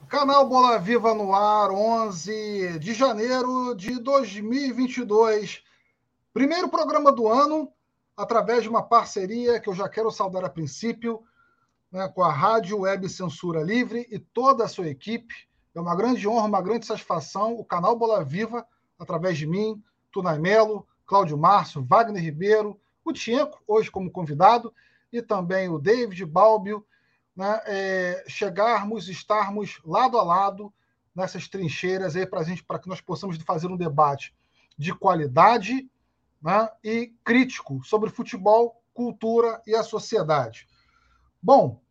Canal Bola Viva no ar, 11 de janeiro de 2022. Primeiro programa do ano, através de uma parceria que eu já quero saudar a princípio, né, com a Rádio Web Censura Livre e toda a sua equipe. É uma grande honra, uma grande satisfação. O canal Bola Viva, através de mim, Tunay Melo, Cláudio Márcio, Wagner Ribeiro, o Tcheco, hoje como convidado, e também o David Balbio, né, estarmos lado a lado nessas trincheiras aí para que nós possamos fazer um debate de qualidade, né, e crítico sobre futebol, cultura e a sociedade. Bom,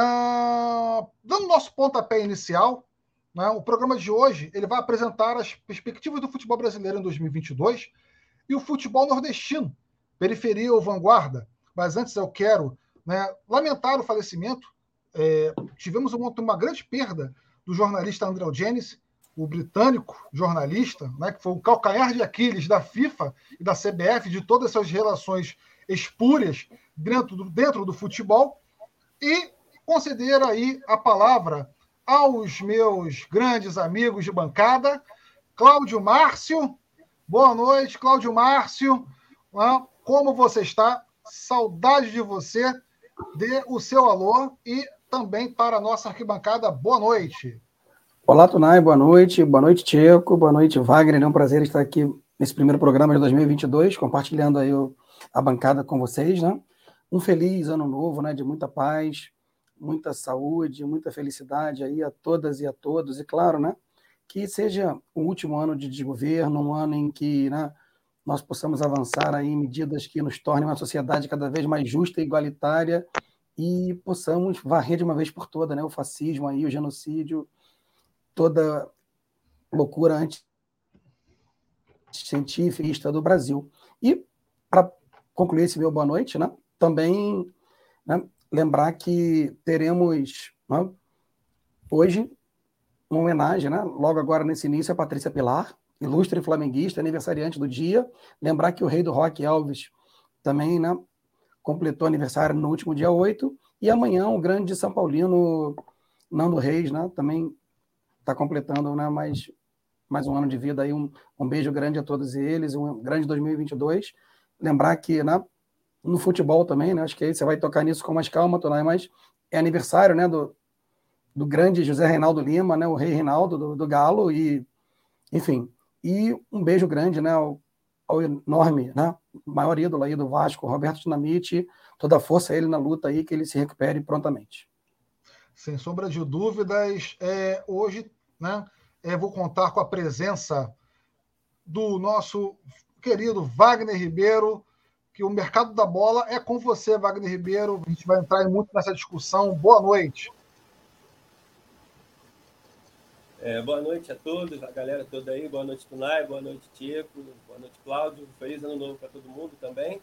dando nosso pontapé inicial, né, o programa de hoje ele vai apresentar as perspectivas do futebol brasileiro em 2022 e o futebol nordestino, periferia ou vanguarda. Mas antes eu quero, né, lamentar o falecimento. Tivemos uma grande perda do jornalista André Eugênis, o britânico jornalista, né, que foi o calcanhar de Aquiles da FIFA e da CBF, de todas essas relações espúrias dentro do futebol, e conceder aí a palavra aos meus grandes amigos de bancada, Cláudio Márcio. Boa noite, Cláudio Márcio. Como você está? Saudade de você. Dê o seu alô e também para a nossa arquibancada, boa noite. Olá, Tunay, boa noite. Boa noite, Tcheco. Boa noite, Wagner. É um prazer estar aqui nesse primeiro programa de 2022, compartilhando aí a bancada com vocês, né? Um feliz ano novo, né? De muita paz, muita saúde, muita felicidade aí a todas e a todos. E claro, né? Que seja o último ano de desgoverno, um ano em que, né, nós possamos avançar aí em medidas que nos tornem uma sociedade cada vez mais justa e igualitária e possamos varrer de uma vez por todas, né, o fascismo, aí, o genocídio, toda loucura anticientífica do Brasil. E, para concluir esse meu boa noite, né, também, né, lembrar que teremos, né, hoje uma homenagem, né, logo agora nesse início, a Patrícia Pilar, ilustre flamenguista, aniversariante do dia. Lembrar que o rei do rock, Elvis, também, né, completou aniversário no último dia 8, e amanhã o grande São Paulino, Nando Reis, né, também está completando, né, mais um ano de vida. Aí, um beijo grande a todos eles, um grande 2022. Lembrar que, né, no futebol também, né, acho que aí você vai tocar nisso com mais calma, Tonai, mas é aniversário, né, do grande José Reinaldo Lima, né, o rei Reinaldo do Galo, e enfim, e um beijo grande, né, ao enorme, né, maior ídolo aí do Vasco, Roberto Dinamite, toda a força a ele na luta aí, que ele se recupere prontamente. Sem sombra de dúvidas, hoje, né, vou contar com a presença do nosso querido Wagner Ribeiro, que o mercado da bola é com você, Wagner Ribeiro. A gente vai entrar muito nessa discussão. Boa noite. Boa noite a todos, a galera toda aí. Boa noite, Tunay. Boa noite, Tcheco. Boa noite, Cláudio. Feliz ano novo para todo mundo também.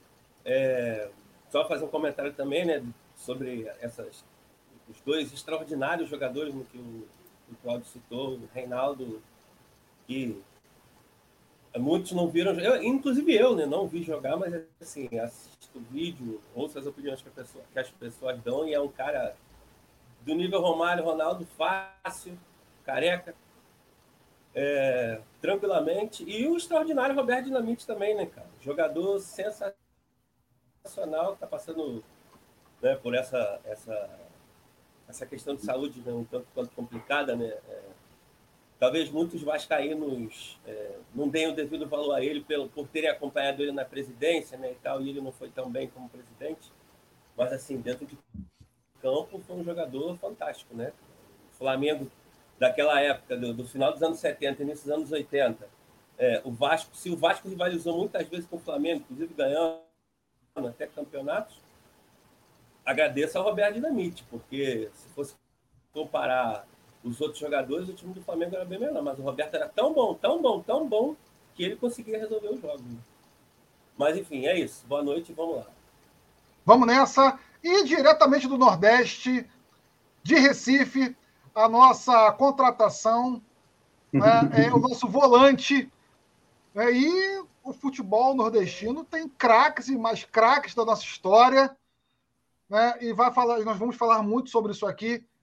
Só fazer um comentário também, né, sobre os dois extraordinários jogadores, né, que o Cláudio citou, o Reinaldo, que muitos não viram, inclusive eu, né, não vi jogar, mas assim, assisto o vídeo, ouço as opiniões que as pessoas dão, e é um cara do nível Romário, Ronaldo, fácil, careca, tranquilamente. E o extraordinário Roberto Dinamite também, né, cara? Jogador sensacional, tá passando, né, por essa questão de saúde, né, um tanto quanto complicada, né? Talvez muitos vascaínos não deem o devido valor a ele por terem acompanhado ele na presidência, né, e tal, e ele não foi tão bem como presidente. Mas, assim, dentro de campo, foi um jogador fantástico, né? O Flamengo, daquela época, do final dos anos 70, início dos anos 80, se o Vasco rivalizou muitas vezes com o Flamengo, inclusive ganhando até campeonatos, agradeço ao Roberto Dinamite, porque se fosse comparar os outros jogadores, o time do Flamengo era bem menor, mas o Roberto era tão bom, que ele conseguia resolver os jogos. Mas, enfim, é isso. Boa noite e vamos lá. Vamos nessa. E diretamente do Nordeste, de Recife, a nossa contratação, né, o nosso volante. E o futebol nordestino tem craques e mais craques da nossa história. Né, e nós vamos falar muito sobre isso aqui.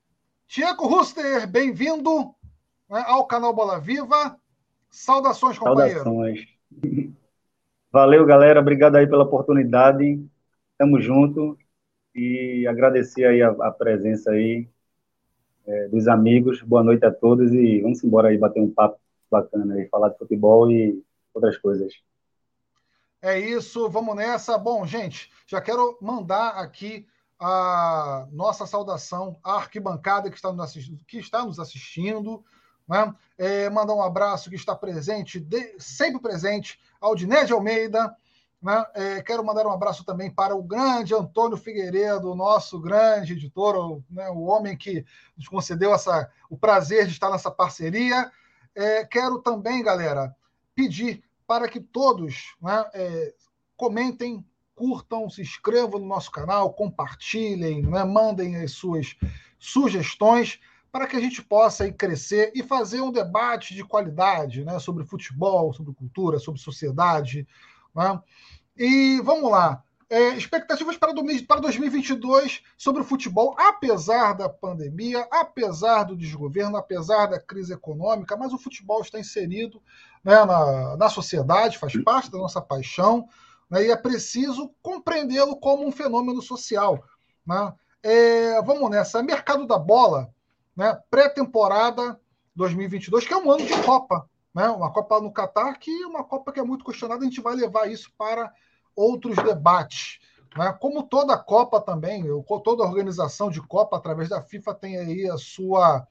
Tieco Ruster, bem-vindo, né, ao canal Bola Viva. Saudações, companheiro. Saudações. Valeu, galera. Obrigado aí pela oportunidade. Tamo junto. E agradecer aí a presença aí dos amigos. Boa noite a todos e vamos embora aí bater um papo bacana aí, falar de futebol e outras coisas. É isso, vamos nessa. Bom, gente, já quero mandar aqui a nossa saudação à arquibancada que está nos assistindo, né? Mandar um abraço que está presente, sempre presente, ao Dinédio Almeida, né? Quero mandar um abraço também para o grande Antônio Figueiredo, nosso grande editor, né? O homem que nos concedeu o prazer de estar nessa parceria. Quero também, galera, pedir para que todos, né, comentem, curtam, se inscrevam no nosso canal, compartilhem, né, mandem as suas sugestões para que a gente possa aí crescer e fazer um debate de qualidade, né, sobre futebol, sobre cultura, sobre sociedade, né? E vamos lá. Expectativas para 2022 sobre o futebol, apesar da pandemia, apesar do desgoverno, apesar da crise econômica, mas o futebol está inserido, né, na sociedade, faz parte da nossa paixão, né, e é preciso compreendê-lo como um fenômeno social, né? Vamos nessa. Mercado da bola, né, pré-temporada 2022, que é um ano de Copa, né, uma Copa no Catar, que é uma Copa que é muito questionada, a gente vai levar isso para outros debates, né? Como toda Copa também, toda organização de Copa, através da FIFA, tem aí suas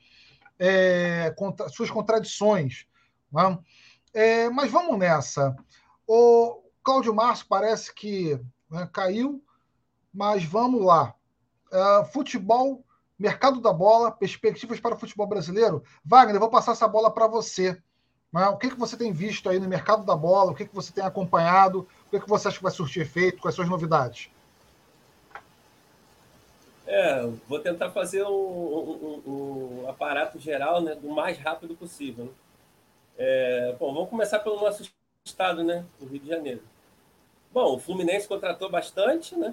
contradições, né? Mas vamos nessa. O Cláudio Márcio parece que, né, caiu, mas vamos lá. Futebol, mercado da bola, perspectivas para o futebol brasileiro. Wagner, eu vou passar essa bola para você. O que você tem visto aí no mercado da bola? O que você tem acompanhado? O que você acha que vai surtir efeito? Quais são as novidades? Vou tentar fazer um aparato geral, né, do mais rápido possível, né? Bom, vamos começar pelo nosso estado, né, o Rio de Janeiro. Bom, o Fluminense contratou bastante, né?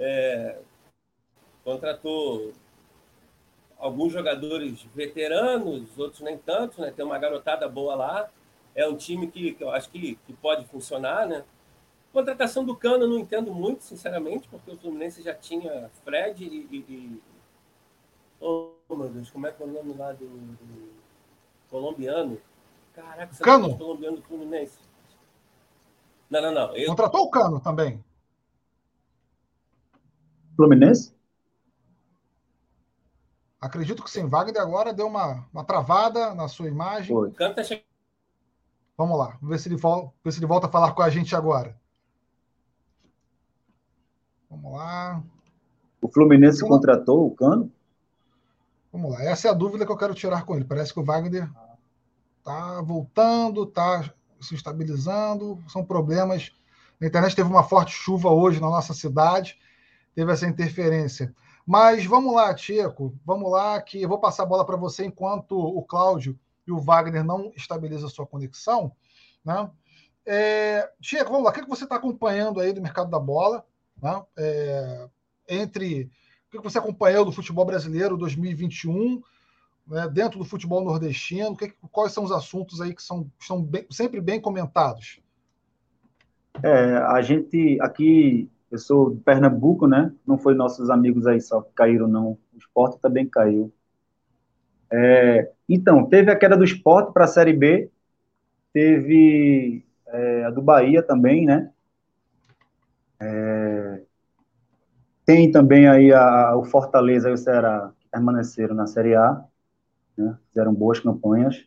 Contratou alguns jogadores veteranos, outros nem tanto, né? Tem uma garotada boa lá. É um time que eu acho que pode funcionar, né? Contratação do Cano eu não entendo muito, sinceramente, porque o Fluminense já tinha Fred Oh, meu Deus, como é que é o nome lá do colombiano? Caraca, você Cano? não é colombiano do Fluminense? Não. Contratou o Cano também. Fluminense? Acredito que sim. Wagner agora deu uma travada na sua imagem. Foi. O Cano tá chegando. Vamos lá, vamos ver se ele volta a falar com a gente agora. Vamos lá. O Fluminense contratou o Cano? Vamos lá, essa é a dúvida que eu quero tirar com ele. Parece que o Wagner está voltando, está se estabilizando. São problemas. Na internet teve uma forte chuva hoje na nossa cidade, teve essa interferência. Mas vamos lá, Tieco, vamos lá, que eu vou passar a bola para você enquanto o Cláudio e o Wagner não estabilizam a sua conexão, né? Tieco, vamos lá, o que você está acompanhando aí do mercado da bola, né? O que você acompanhou do futebol brasileiro 2021, né, dentro do futebol nordestino, quais são os assuntos aí que estão sempre bem comentados? A gente aqui, eu sou de Pernambuco, né? Não foi nossos amigos aí só que caíram, não. O Sport também caiu. Então, teve a queda do Sport para a Série B, teve a do Bahia também, né? Tem também aí o Fortaleza e o Ceará, que permaneceram na Série A, né? Fizeram boas campanhas.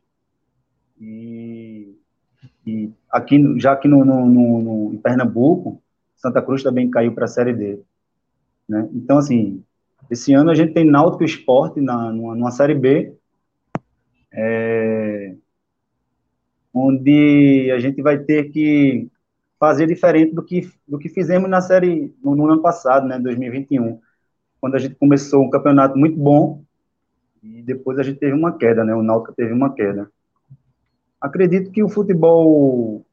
E aqui, já aqui em Pernambuco, Santa Cruz também caiu para a Série D, né? Então, assim, esse ano a gente tem Náutico e Sport numa Série B, onde a gente vai ter que fazer diferente do que fizemos na série no ano passado, né, 2021, quando a gente começou um campeonato muito bom e depois a gente teve uma queda, né, o Náutico teve uma queda. Acredito que o futebol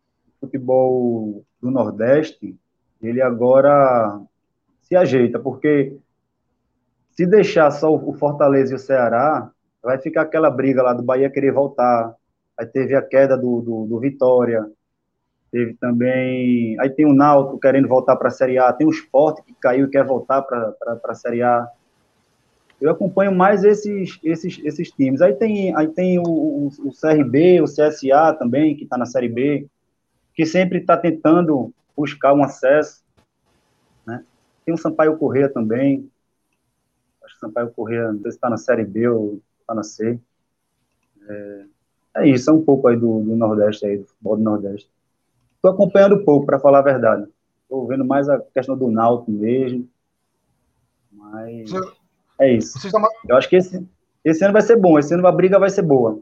do Nordeste, ele agora se ajeita, porque Se deixar só o Fortaleza e o Ceará, vai ficar aquela briga lá do Bahia querer voltar. Aí teve a queda do Vitória, teve também. Aí tem o Náutico querendo voltar para a Série A, tem o Sport que caiu e quer voltar para a Série A. Eu acompanho mais esses times. Aí tem o CRB, o CSA também, que está na Série B, que sempre está tentando buscar um acesso, né? Tem o Sampaio Corrêa também. Acho que o Sampaio Corrêa, não sei se está na Série B ou está na C. É isso, é um pouco aí do Nordeste, aí, do futebol do Nordeste. Estou acompanhando pouco, para falar a verdade. Estou vendo mais a questão do Náutico mesmo, mas Você, é isso. você está Eu acho que esse ano vai ser bom, esse ano a briga vai ser boa.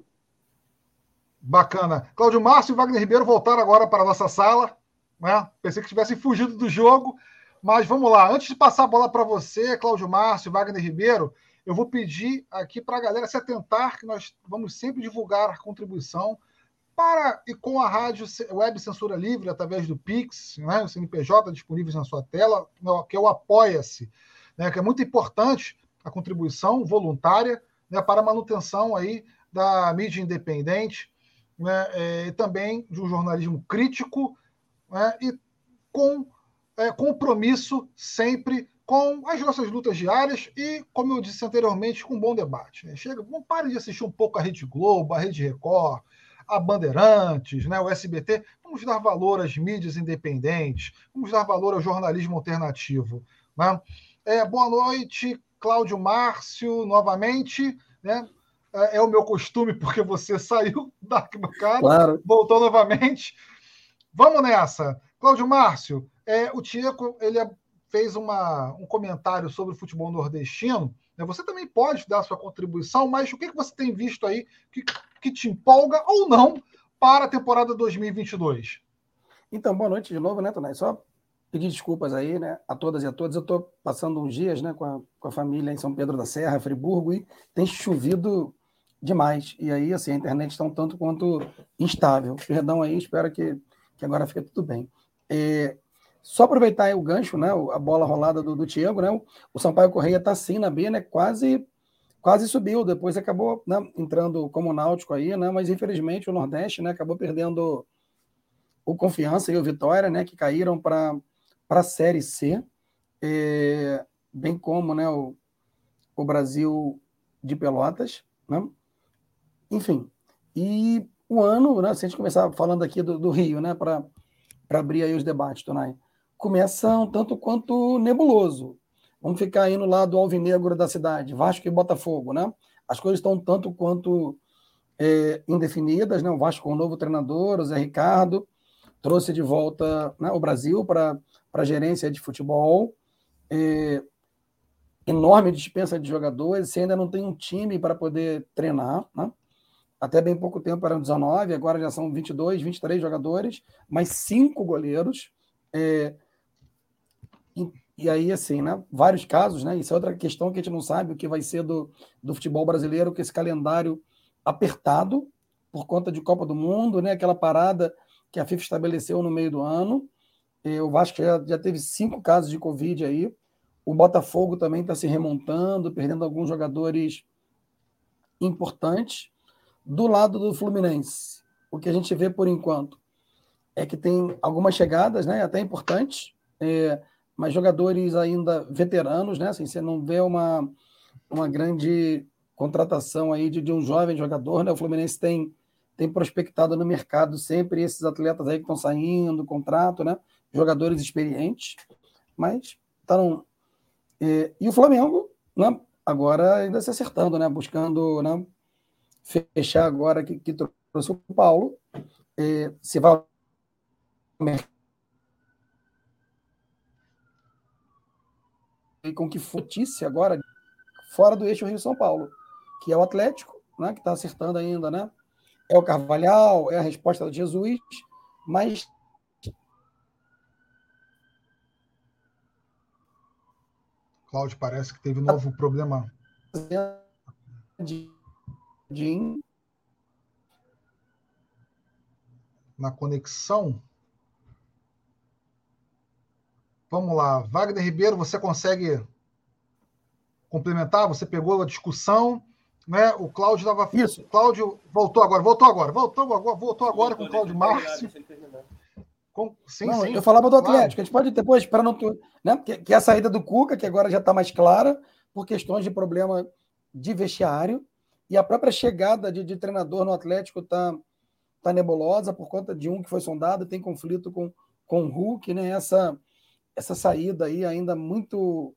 bacana. Cláudio Márcio e Wagner Ribeiro voltaram agora para a nossa sala. Né? Pensei que tivessem fugido do jogo, mas vamos lá. Antes de passar a bola para você, Cláudio Márcio e Wagner Ribeiro, eu vou pedir aqui para a galera se atentar que nós vamos sempre divulgar a contribuição para e com a rádio web Censura Livre, através do Pix, né, o CNPJ disponíveis na sua tela, que é o Apoia-se, né, que é muito importante a contribuição voluntária, né, para a manutenção aí da mídia independente, né, e também de um jornalismo crítico, né, e com compromisso sempre com as nossas lutas diárias e, como eu disse anteriormente, com um bom debate. Né? Chega, não pare de assistir um pouco a Rede Globo, a Rede Record, a Bandeirantes, né, o SBT. Vamos dar valor às mídias independentes, vamos dar valor ao jornalismo alternativo. Né? Boa noite, Cláudio Márcio, novamente. Né? É o meu costume, porque você saiu da arquibancada, Claro. voltou novamente. Vamos nessa. Cláudio Márcio, o Tieco ele fez um comentário sobre o futebol nordestino. Né? Você também pode dar sua contribuição, mas o que você tem visto aí que te empolga ou não para a temporada 2022? Então, boa noite de novo, né, Tonai? Só pedir desculpas aí, né, a todas e a todos. Eu estou passando uns dias, né, com a família em São Pedro da Serra, Friburgo, e tem chovido demais. E aí, assim, a internet está um tanto quanto instável. Perdão aí, espero que agora fique tudo bem. Só aproveitar aí o gancho, né, a bola rolada do Thiago, né, o Sampaio Corrêa está sim na B, né, quase subiu, depois acabou, né, entrando como Náutico aí, né, mas infelizmente o Nordeste, né, acabou perdendo o Confiança e o Vitória, né, que caíram para a Série C, bem como, né, o Brasil de Pelotas, né? Enfim, e o ano, né, se a gente começar falando aqui do Rio, né, para abrir aí os debates, Tonai, começa um tanto quanto nebuloso. Vamos ficar aí no lado alvinegro da cidade, Vasco e Botafogo, né? As coisas estão um tanto quanto indefinidas, né? O Vasco com um novo treinador, o Zé Ricardo, trouxe de volta, né, o Brasil para a gerência de futebol, enorme dispensa de jogadores, você ainda não tem um time para poder treinar, né? Até bem pouco tempo eram 19, agora já são 22, 23 jogadores, mais 5 goleiros, e aí, assim, né, vários casos, né, isso é outra questão que a gente não sabe o que vai ser do futebol brasileiro, com esse calendário apertado, por conta de Copa do Mundo, né, aquela parada que a FIFA estabeleceu no meio do ano. O Vasco já teve 5 casos de Covid aí. O Botafogo também está se remontando, perdendo alguns jogadores importantes. Do lado do Fluminense, o que a gente vê por enquanto é que tem algumas chegadas, né, até importantes, mas jogadores ainda veteranos, né, assim, você não vê uma grande contratação aí de um jovem jogador, né? O Fluminense tem prospectado no mercado sempre esses atletas aí que estão saindo, contrato, né? Jogadores experientes, mas estão. E o Flamengo, né? Agora ainda se acertando, né? Buscando, né, fechar agora que trouxe o Paulo. Se vai ao mercado com que notícia agora fora do eixo Rio-São Paulo, que é o Atlético, né? Que está acertando ainda, né? É o Carvalhal, é a resposta do Jesus, mas Cláudio, parece que teve um novo problema na conexão. Vamos lá. Wagner Ribeiro, você consegue complementar? Você pegou a discussão, né? O Cláudio estava. Isso. Cláudio voltou agora com o Cláudio Márcio. Sim, não, sim. eu falava do claro. Atlético. A gente pode depois, para não. Né, que é a saída do Cuca, que agora já está mais clara, por questões de problema de vestiário, e a própria chegada de treinador no Atlético está nebulosa por conta de um que foi sondado, tem conflito com o Hulk, né? Essa saída aí ainda muito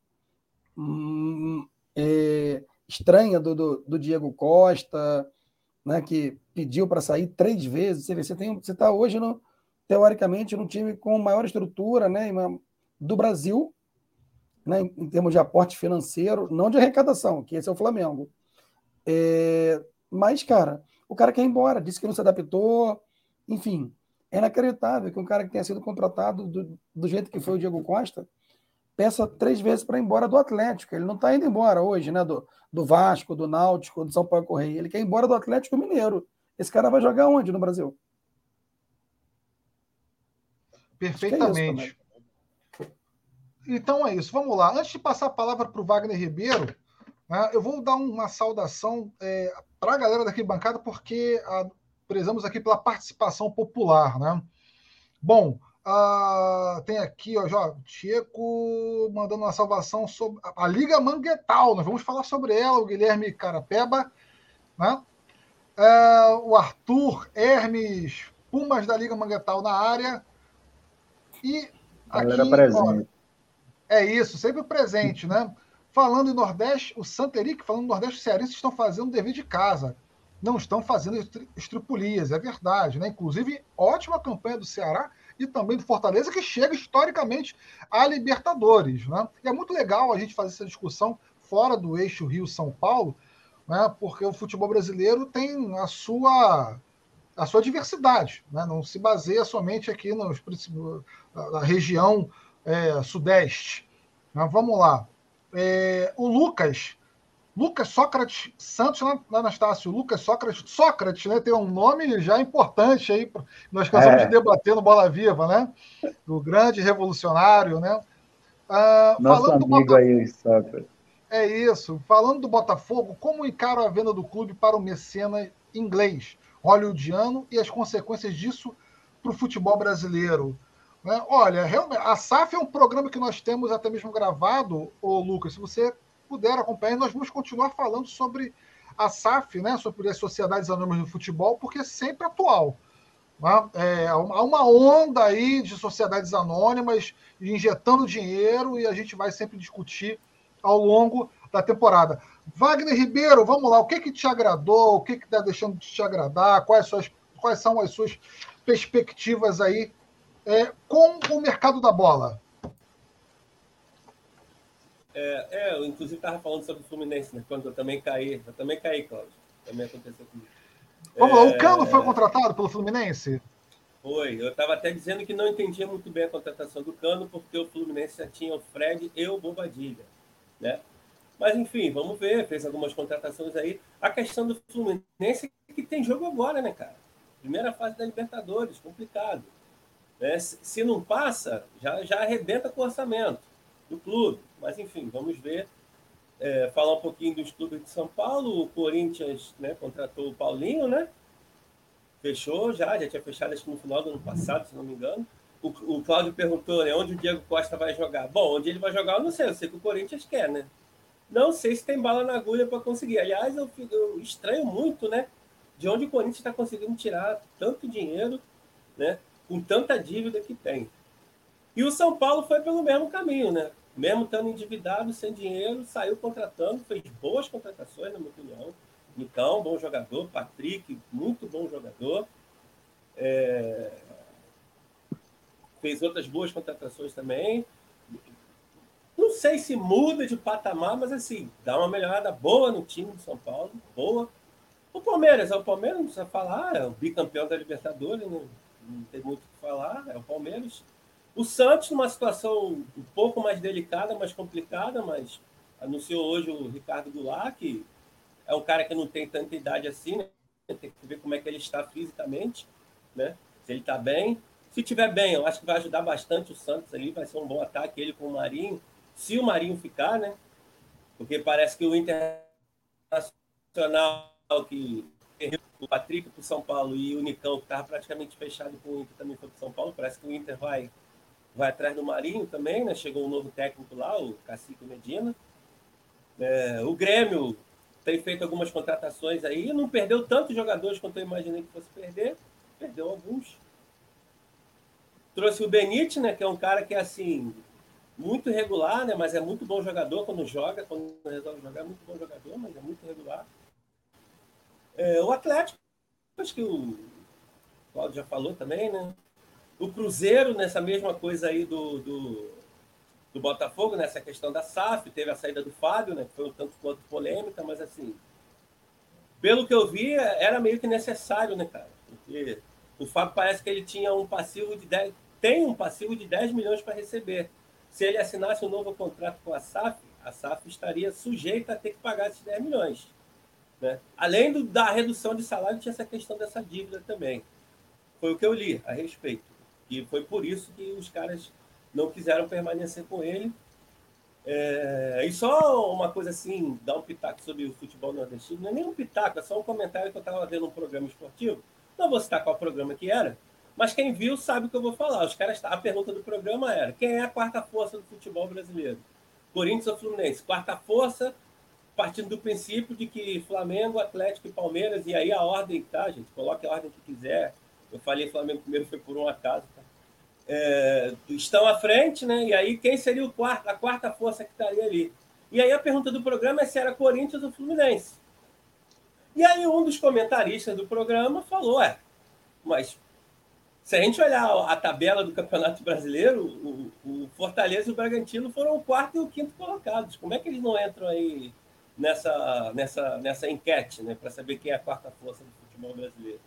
estranha do Diego Costa, né, que pediu para sair 3 vezes. Você está hoje, teoricamente, no time com maior estrutura, né, do Brasil, né, em termos de aporte financeiro, não de arrecadação, que esse é o Flamengo. Mas, cara, o cara quer ir embora, disse que não se adaptou, enfim. É inacreditável que um cara que tenha sido contratado do jeito que foi o Diego Costa peça 3 vezes para ir embora do Atlético. Ele não está indo embora hoje, né? Do Vasco, do Náutico, do São Paulo Correia. Ele quer ir embora do Atlético Mineiro. Esse cara vai jogar onde no Brasil? Perfeitamente. Então é isso. Vamos lá. Antes de passar a palavra para o Wagner Ribeiro, né, eu vou dar uma saudação para a galera daqui bancada, porque prezamos aqui pela participação popular, né? Bom, tem aqui, ó, Tcheco mandando uma salvação sobre a Liga Manguetal. Nós vamos falar sobre ela, o Guilherme Carapeba, né? O Arthur Hermes, Pumas da Liga Manguetal na área. E galera presente. É isso, sempre presente, né? Falando em Nordeste, o Santeric, falando em Nordeste, os cearenses estão fazendo o dever de casa. Não estão fazendo estripulias, é verdade, né? Inclusive, ótima campanha do Ceará e também do Fortaleza, que chega historicamente a Libertadores, né? E é muito legal a gente fazer essa discussão fora do eixo Rio-São Paulo, né? Porque o futebol brasileiro tem a sua diversidade, né? Não se baseia somente aqui na região sudeste. Mas vamos lá. O Lucas Sócrates Santos, né, Anastácio? Lucas Sócrates, né? Tem um nome já importante aí. Nós cansamos de debater no Bola Viva, né? Do grande revolucionário, né? Nosso amigo aí, Sócrates. É isso. Falando do Botafogo, como encaro a venda do clube para o mecenas inglês, hollywoodiano, e as consequências disso para o futebol brasileiro? Né? Olha, realmente, a SAF é um programa que nós temos até mesmo gravado, Lucas. Se você puder acompanhar, nós vamos continuar falando sobre a SAF, né? Sobre as sociedades anônimas do futebol, porque é sempre atual. Há uma onda aí de sociedades anônimas injetando dinheiro e a gente vai sempre discutir ao longo da temporada. Wagner Ribeiro, vamos lá, o que te agradou, o que está deixando de te agradar, quais são as suas perspectivas aí com o mercado da bola? Eu inclusive estava falando sobre o Fluminense, né? Quando eu também caí, Cláudio. Também aconteceu comigo. Vamos lá, o Cano foi contratado pelo Fluminense? Foi. Eu estava até dizendo que não entendia muito bem a contratação do Cano, porque o Fluminense já tinha o Fred e o Bobadilha, né? Mas, enfim, vamos ver. Fez algumas contratações aí. A questão do Fluminense é que tem jogo agora, né, cara? Primeira fase da Libertadores, complicado. Né? Se não passa, já arrebenta com o orçamento do clube. Mas, enfim, vamos ver. Falar um pouquinho dos clubes de São Paulo. O Corinthians, né, contratou o Paulinho, né? Fechou já tinha fechado acho que no final do ano passado, se não me engano. O Cláudio perguntou, né, onde o Diego Costa vai jogar. Bom, onde ele vai jogar eu não sei que o Corinthians quer, né? Não sei se tem bala na agulha para conseguir. Aliás, eu estranho muito, né? De onde o Corinthians está conseguindo tirar tanto dinheiro, né? Com tanta dívida que tem. E o São Paulo foi pelo mesmo caminho, né? Mesmo estando endividado, sem dinheiro, saiu contratando, fez boas contratações, na minha opinião. Nicão, bom jogador. Patrick, muito bom jogador. Fez outras boas contratações também. Não sei se muda de patamar, mas assim, dá uma melhorada boa no time de São Paulo, boa. O Palmeiras não precisa falar, é o bicampeão da Libertadores, né? Não tem muito o que falar, é o Palmeiras. O Santos, numa situação um pouco mais delicada, mais complicada, mas anunciou hoje o Ricardo Goulart, que é um cara que não tem tanta idade assim, né? Tem que ver como é que ele está fisicamente, né? Se ele está bem. Se estiver bem, eu acho que vai ajudar bastante o Santos ali, vai ser um bom ataque, ele com o Marinho. Se o Marinho ficar, né? Porque parece que o Internacional, que o Patrick para o São Paulo e o Nicão, que estava praticamente fechado com o Inter, também foi para o São Paulo. Parece que o Inter vai atrás do Marinho também, né? Chegou um novo técnico lá, o Cacique Medina. O Grêmio tem feito algumas contratações aí, não perdeu tantos jogadores quanto eu imaginei que fosse perder, perdeu alguns. Trouxe o Benítez, né, que é um cara que é assim, muito regular, né, mas é muito bom jogador quando joga, quando resolve jogar, é muito bom jogador, mas é muito regular. O Atlético, acho que o Claudio já falou também, né? O Cruzeiro, nessa mesma coisa aí do Botafogo, nessa questão da SAF, teve a saída do Fábio, né, que foi um tanto quanto polêmica, mas assim, pelo que eu vi, era meio que necessário, né, cara? Porque o Fábio parece que ele tinha um passivo de 10 milhões para receber. Se ele assinasse um novo contrato com a SAF estaria sujeita a ter que pagar esses 10 milhões. Né? Além da redução de salário, tinha essa questão dessa dívida também. Foi o que eu li a respeito. E foi por isso que os caras não quiseram permanecer com ele. E só uma coisa assim, dar um pitaco sobre o futebol nordestino, não é nem um pitaco, é só um comentário que eu estava vendo um programa esportivo. Não vou citar qual programa que era, mas quem viu sabe o que eu vou falar. A pergunta do programa era: quem é a quarta força do futebol brasileiro? Corinthians ou Fluminense? Quarta força, partindo do princípio de que Flamengo, Atlético e Palmeiras, e aí a ordem, tá, gente? Coloque a ordem que quiser. Eu falei Flamengo primeiro, foi por um acaso, tá? Estão à frente, né? E aí quem seria a quarta força que estaria ali? E aí a pergunta do programa é se era Corinthians ou Fluminense. E aí um dos comentaristas do programa falou: mas se a gente olhar a tabela do Campeonato Brasileiro, o Fortaleza e o Bragantino foram o quarto e o quinto colocados. Como é que eles não entram aí nessa enquete, né, para saber quem é a quarta força do futebol brasileiro?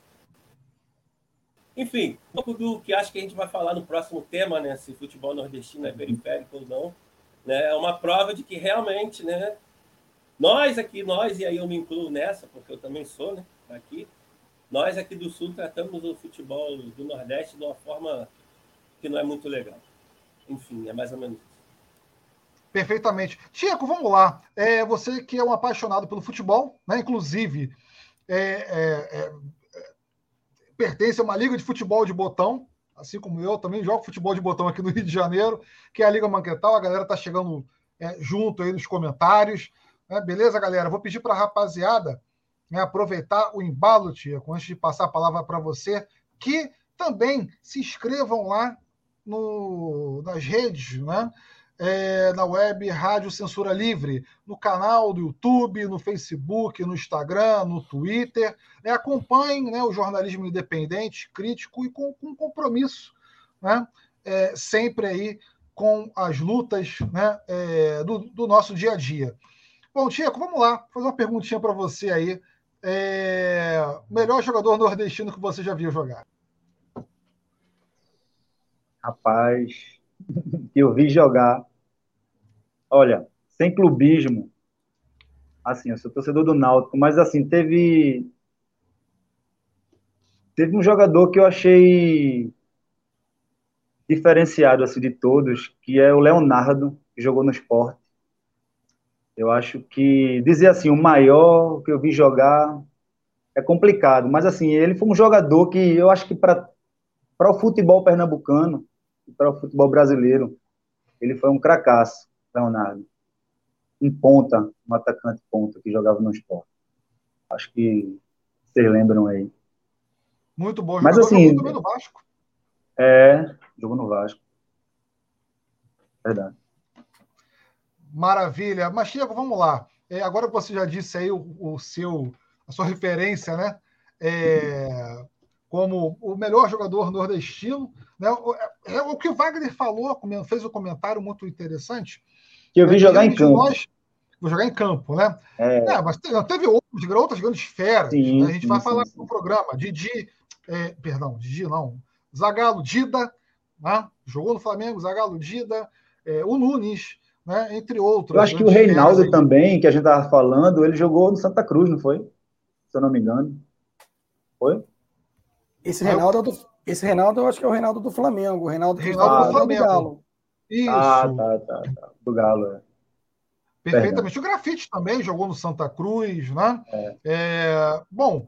Enfim, um pouco do que acho que a gente vai falar no próximo tema, né, se futebol nordestino é periférico ou não, né, é uma prova de que realmente, né, nós, e aí eu me incluo nessa, porque eu também sou, né, aqui, nós aqui do Sul tratamos o futebol do Nordeste de uma forma que não é muito legal. Enfim, é mais ou menos isso. Perfeitamente. Tiago, vamos lá. Você que é um apaixonado pelo futebol, né, inclusive pertence a uma liga de futebol de botão, assim como eu também jogo futebol de botão aqui no Rio de Janeiro, que é a Liga Manquetal. A galera tá chegando junto aí nos comentários. Né? Beleza, galera? Vou pedir para a rapaziada, né, aproveitar o embalo, Tiago, antes de passar a palavra para você, que também se inscrevam lá nas redes, né? Na web Rádio Censura Livre, no canal do YouTube, no Facebook, no Instagram, no Twitter. Acompanhem, né, o jornalismo independente, crítico e com compromisso, né, sempre aí com as lutas, né, do nosso dia a dia. Bom, Tiago, vamos lá, vou fazer uma perguntinha para você aí. Melhor jogador nordestino que você já viu jogar? Rapaz, que eu vi jogar. Olha, sem clubismo, assim, eu sou torcedor do Náutico, mas assim, teve um jogador que eu achei diferenciado assim de todos, que é o Leonardo, que jogou no Sport. Eu acho que dizer assim, o maior que eu vi jogar é complicado, mas assim, ele foi um jogador que eu acho que para o futebol pernambucano e para o futebol brasileiro, ele foi um cracaço, Leonardo. Um ponta, um atacante ponta que jogava no Sport. Acho que vocês lembram aí. Muito bom Mas jogador, assim, jogou também no Vasco. Jogou no Vasco. Verdade. Maravilha. Mas, Tiago, vamos lá. Agora que você já disse aí a sua referência, né? Como o melhor jogador nordestino. Né? O que o Wagner falou, fez um comentário muito interessante. Que eu vi jogar em campo. Vou jogar em campo, né? Mas teve outras grandes feras. Sim, Né? A gente vai falar sim. no programa. Didi não. Zagallo, Dida, né? Jogou no Flamengo, Zagallo, Dida, o Nunes, né? Entre outros. Eu acho que o Reinaldo também, que a gente estava falando, ele jogou no Santa Cruz, não foi? Se eu não me engano. Foi? Esse Reinaldo, eu acho que é o Reinaldo do Flamengo. O Reinaldo do Flamengo. Do Galo. Isso. Tá. Do Galo, Perfeitamente. O Grafite também jogou no Santa Cruz, né? Bom,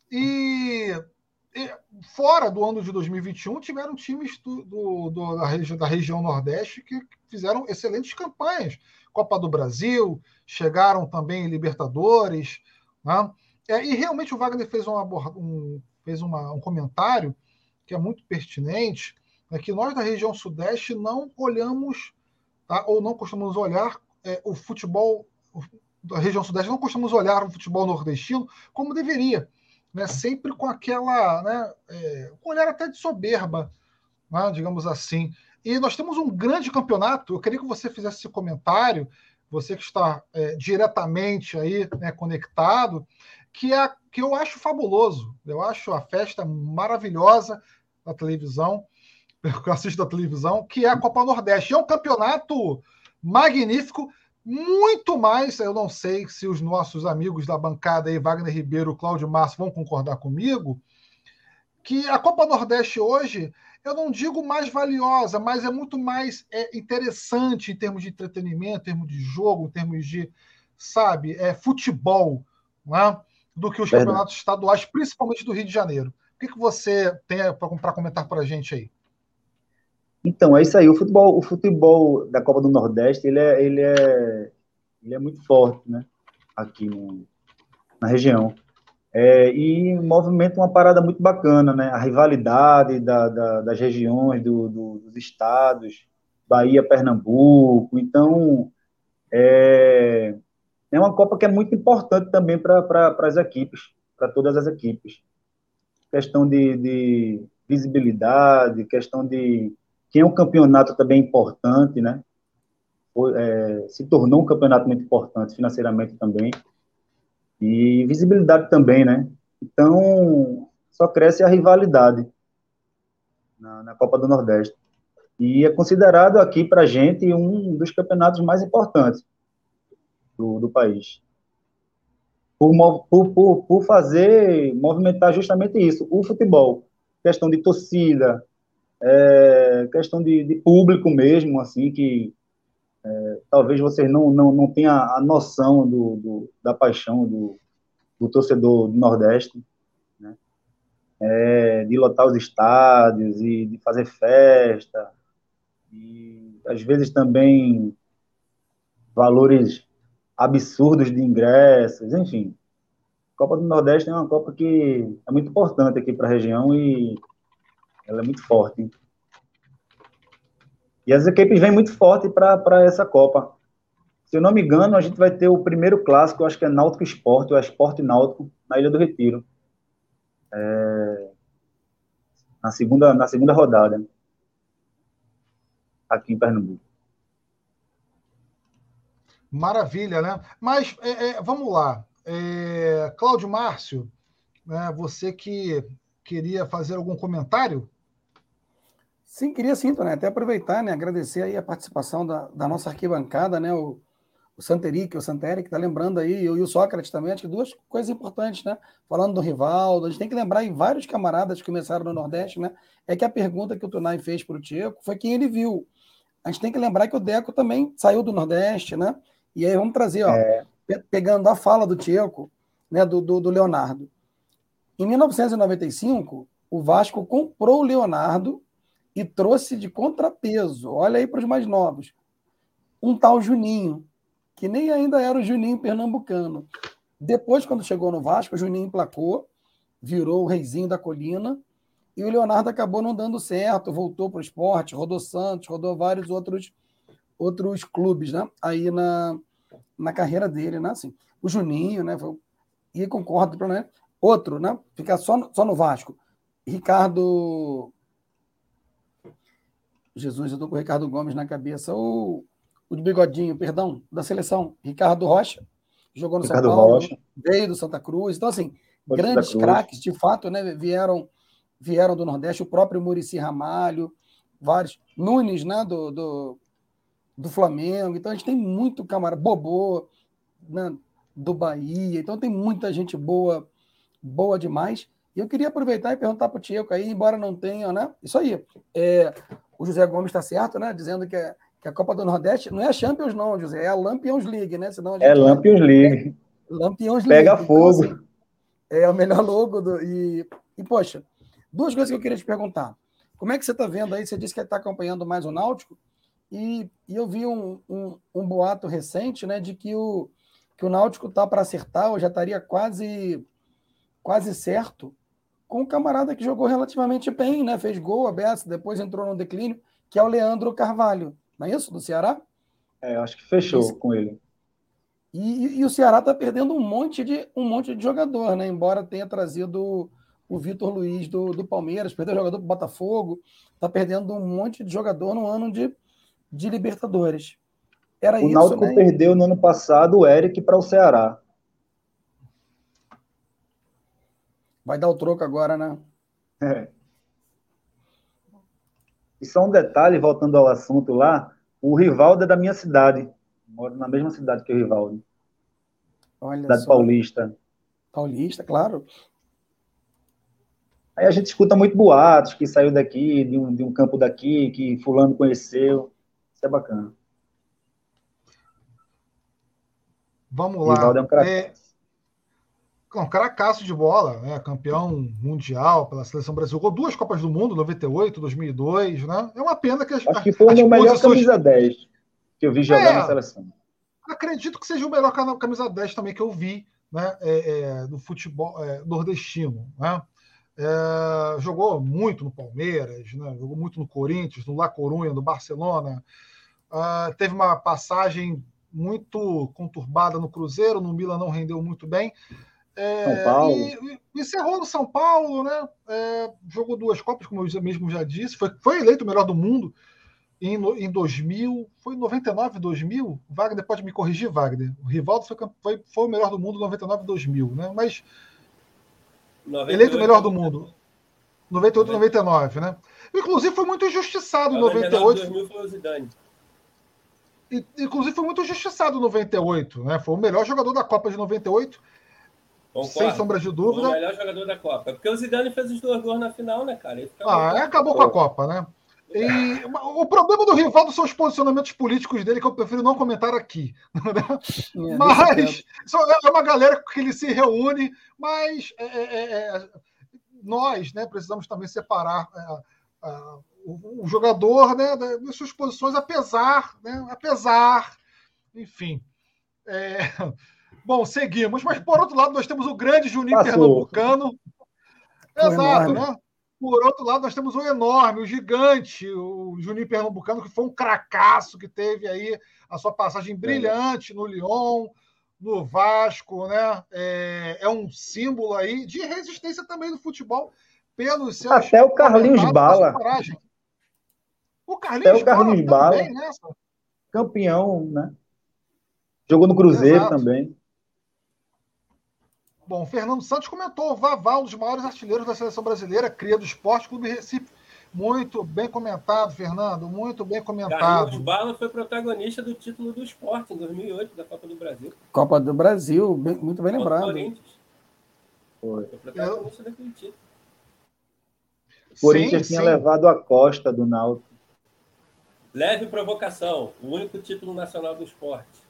e fora do ano de 2021, tiveram times da região Nordeste que fizeram excelentes campanhas. Copa do Brasil, chegaram também em Libertadores, né? E realmente o Wagner fez um comentário que é muito pertinente, que nós da região Sudeste não olhamos, tá? Ou não costumamos olhar o futebol da região Sudeste, não costumamos olhar o futebol nordestino como deveria, né? Sempre com aquela, né, com um olhar até de soberba, né, digamos assim. E nós temos um grande campeonato. Eu queria que você fizesse esse comentário, você que está diretamente aí, né, conectado, que eu acho fabuloso. Eu acho a festa maravilhosa da televisão, que eu assisto da televisão, que é a Copa Nordeste. É um campeonato magnífico, muito mais, eu não sei se os nossos amigos da bancada aí, Wagner Ribeiro, Cláudio Márcio, vão concordar comigo, que a Copa Nordeste hoje, eu não digo mais valiosa, mas é muito mais interessante em termos de entretenimento, em termos de jogo, em termos de, sabe, futebol, né, do que os campeonatos estaduais, principalmente do Rio de Janeiro. O que você tem para comentar para a gente aí? Então, é isso aí. O futebol da Copa do Nordeste, ele é muito forte, né? Aqui na região. E movimenta uma parada muito bacana, né? A rivalidade das regiões, dos estados, Bahia, Pernambuco. Então, é uma Copa que é muito importante também para as equipes, para todas as equipes. Questão de visibilidade, questão de que é um campeonato também importante, né? Se tornou um campeonato muito importante financeiramente também, e visibilidade também, né? Então, só cresce a rivalidade na Copa do Nordeste. E é considerado aqui para a gente um dos campeonatos mais importantes do país. Por fazer, movimentar justamente isso, o futebol. Questão de torcida, questão de público mesmo, assim, que talvez vocês não tenham a noção da paixão do torcedor do Nordeste, né? De lotar os estádios e de fazer festa, e às vezes também valores absurdos de ingressos, enfim. A Copa do Nordeste é uma Copa que é muito importante aqui para a região e ela é muito forte, hein? E as equipes vêm muito forte para essa Copa. Se eu não me engano, a gente vai ter o primeiro clássico, eu acho que é Náutico Sport, ou é Sport Náutico, na Ilha do Retiro. Na segunda rodada, aqui em Pernambuco. Maravilha, né? Mas vamos lá. Cláudio Márcio, né, você que queria fazer algum comentário? Sim, queria sim, Toné, até aproveitar, né, agradecer aí a participação da nossa arquibancada, né, o Santeric, o Santeri, que está lembrando aí, e o Sócrates também, acho que duas coisas importantes, né? Falando do Rivaldo, a gente tem que lembrar, e vários camaradas que começaram no Nordeste, né? É que a pergunta que o Tunay fez para o Tcheco foi quem ele viu. A gente tem que lembrar que o Deco também saiu do Nordeste, né? E aí vamos trazer, ó, pegando a fala do Tcheco, né, do Leonardo. Em 1995, o Vasco comprou o Leonardo e trouxe de contrapeso, olha aí para os mais novos, um tal Juninho, que nem ainda era o Juninho pernambucano. Depois, quando chegou no Vasco, o Juninho emplacou, virou o reizinho da colina, e o Leonardo acabou não dando certo, voltou para o esporte, rodou Santos, rodou vários outros clubes, né? Aí na carreira dele, né? Assim, o Juninho, né? E concordo, né? Outro, né? Ficar só no Vasco. Ricardo... Jesus, eu estou com o Ricardo Gomes na cabeça. O de bigodinho, perdão, da seleção. Ricardo Rocha, jogou no São Paulo, Rocha. Veio do Santa Cruz. Então, assim, grandes craques, de fato, né? Vieram do Nordeste. O próprio Muricy Ramalho, vários. Nunes, né? Do Flamengo. Então, a gente tem muito camarada. Bobô, né, do Bahia. Então, tem muita gente boa demais. E eu queria aproveitar e perguntar para o Tcheco aí, embora não tenha, né? Isso aí. O José Gomes está certo, né? Dizendo que que a Copa do Nordeste não é a Champions, não, José, é a Lampions League, né? Senão a É gente Lampions League. Lampions Pega League. fogo. Então, assim, é o melhor logo poxa, duas coisas que eu queria te perguntar. Como é que você está vendo aí? Você disse que está acompanhando mais o Náutico, e eu vi um boato recente, né, de que o Náutico está para acertar, ou já estaria quase certo, com um camarada que jogou relativamente bem, né? Fez gol aberto, depois entrou no declínio, que é o Leandro Carvalho, não é isso? Do Ceará? Acho que fechou com ele. E o Ceará está perdendo um monte de jogador, né? Embora tenha trazido o Vitor Luiz do Palmeiras, perdeu jogador para o Botafogo, está perdendo um monte de jogador no ano de Libertadores. Era O isso, Náutico né? perdeu no ano passado o Eric para o Ceará. Vai dar o troco agora, né? E só um detalhe, voltando ao assunto lá, o Rivaldo é da minha cidade. Moro na mesma cidade que o Rivaldo. Olha Cidade só. paulista. Paulista, claro. Aí a gente escuta muito boatos que saiu daqui, de um campo daqui, que fulano conheceu. Isso é bacana. Vamos O lá. Rivaldo é um craque. Um cracaço de bola, né? Campeão mundial pela seleção brasileira. Jogou 2 Copas do Mundo, 98, 2002, né? É uma pena que Acho que foi o as meu melhor posições... camisa 10 que eu vi jogar na seleção. Acredito que seja o melhor camisa 10 também que eu vi, né? Do futebol nordestino, né? Jogou muito no Palmeiras, né? Jogou muito no Corinthians, no La Coruña, no Barcelona. Teve uma passagem muito conturbada no Cruzeiro, no Milan não rendeu muito bem. São Paulo. E encerrou no São Paulo, né? Jogou 2 Copas, como eu mesmo já disse. Foi eleito o melhor do mundo em 2000. Foi em 99, 2000? Wagner pode me corrigir, Wagner. O Rivaldo foi o melhor do mundo em 99, 2000, né? Mas 98, eleito o melhor do mundo. 98, 99, né? Inclusive foi muito injustiçado em 98. 2000 foi o Zidane. Inclusive foi muito injustiçado em 98, né? Foi o melhor jogador da Copa de 98. Concordo. Sem sombra de dúvida. Foi o melhor jogador da Copa. Porque o Zidane fez os 2 gols na final, né, cara? Acabou com a Copa, né? E o problema do Rivaldo são os posicionamentos políticos dele, que eu prefiro não comentar aqui. Mas é uma galera que ele se reúne, mas nós, né, precisamos também separar o jogador, né, das suas posições, apesar, enfim. Bom, seguimos. Mas, por outro lado, nós temos o grande Juninho Pernambucano. Exato, né? Por outro lado, nós temos o enorme, o gigante, o Juninho Pernambucano, que foi um cracaço, que teve aí a sua passagem brilhante no Lyon, no Vasco, né? É um símbolo aí de resistência também do futebol pelos seus... Até o Carlinhos Bala. O Carlinhos Bala também, né? Campeão, né? Jogou no Cruzeiro também. Bom, o Fernando Santos comentou: o Vavá, um dos maiores artilheiros da seleção brasileira, cria do Esporte Clube Recife. Muito bem comentado, Fernando, muito bem comentado. Carlinhos Bala foi protagonista do título do Sport em 2008, da Copa do Brasil. Copa do Brasil, muito bem lembrado. Corinthians. Foi protagonista daquele título. O Corinthians tinha levado a Costa do Náutico. Leve provocação, o único título nacional do esporte.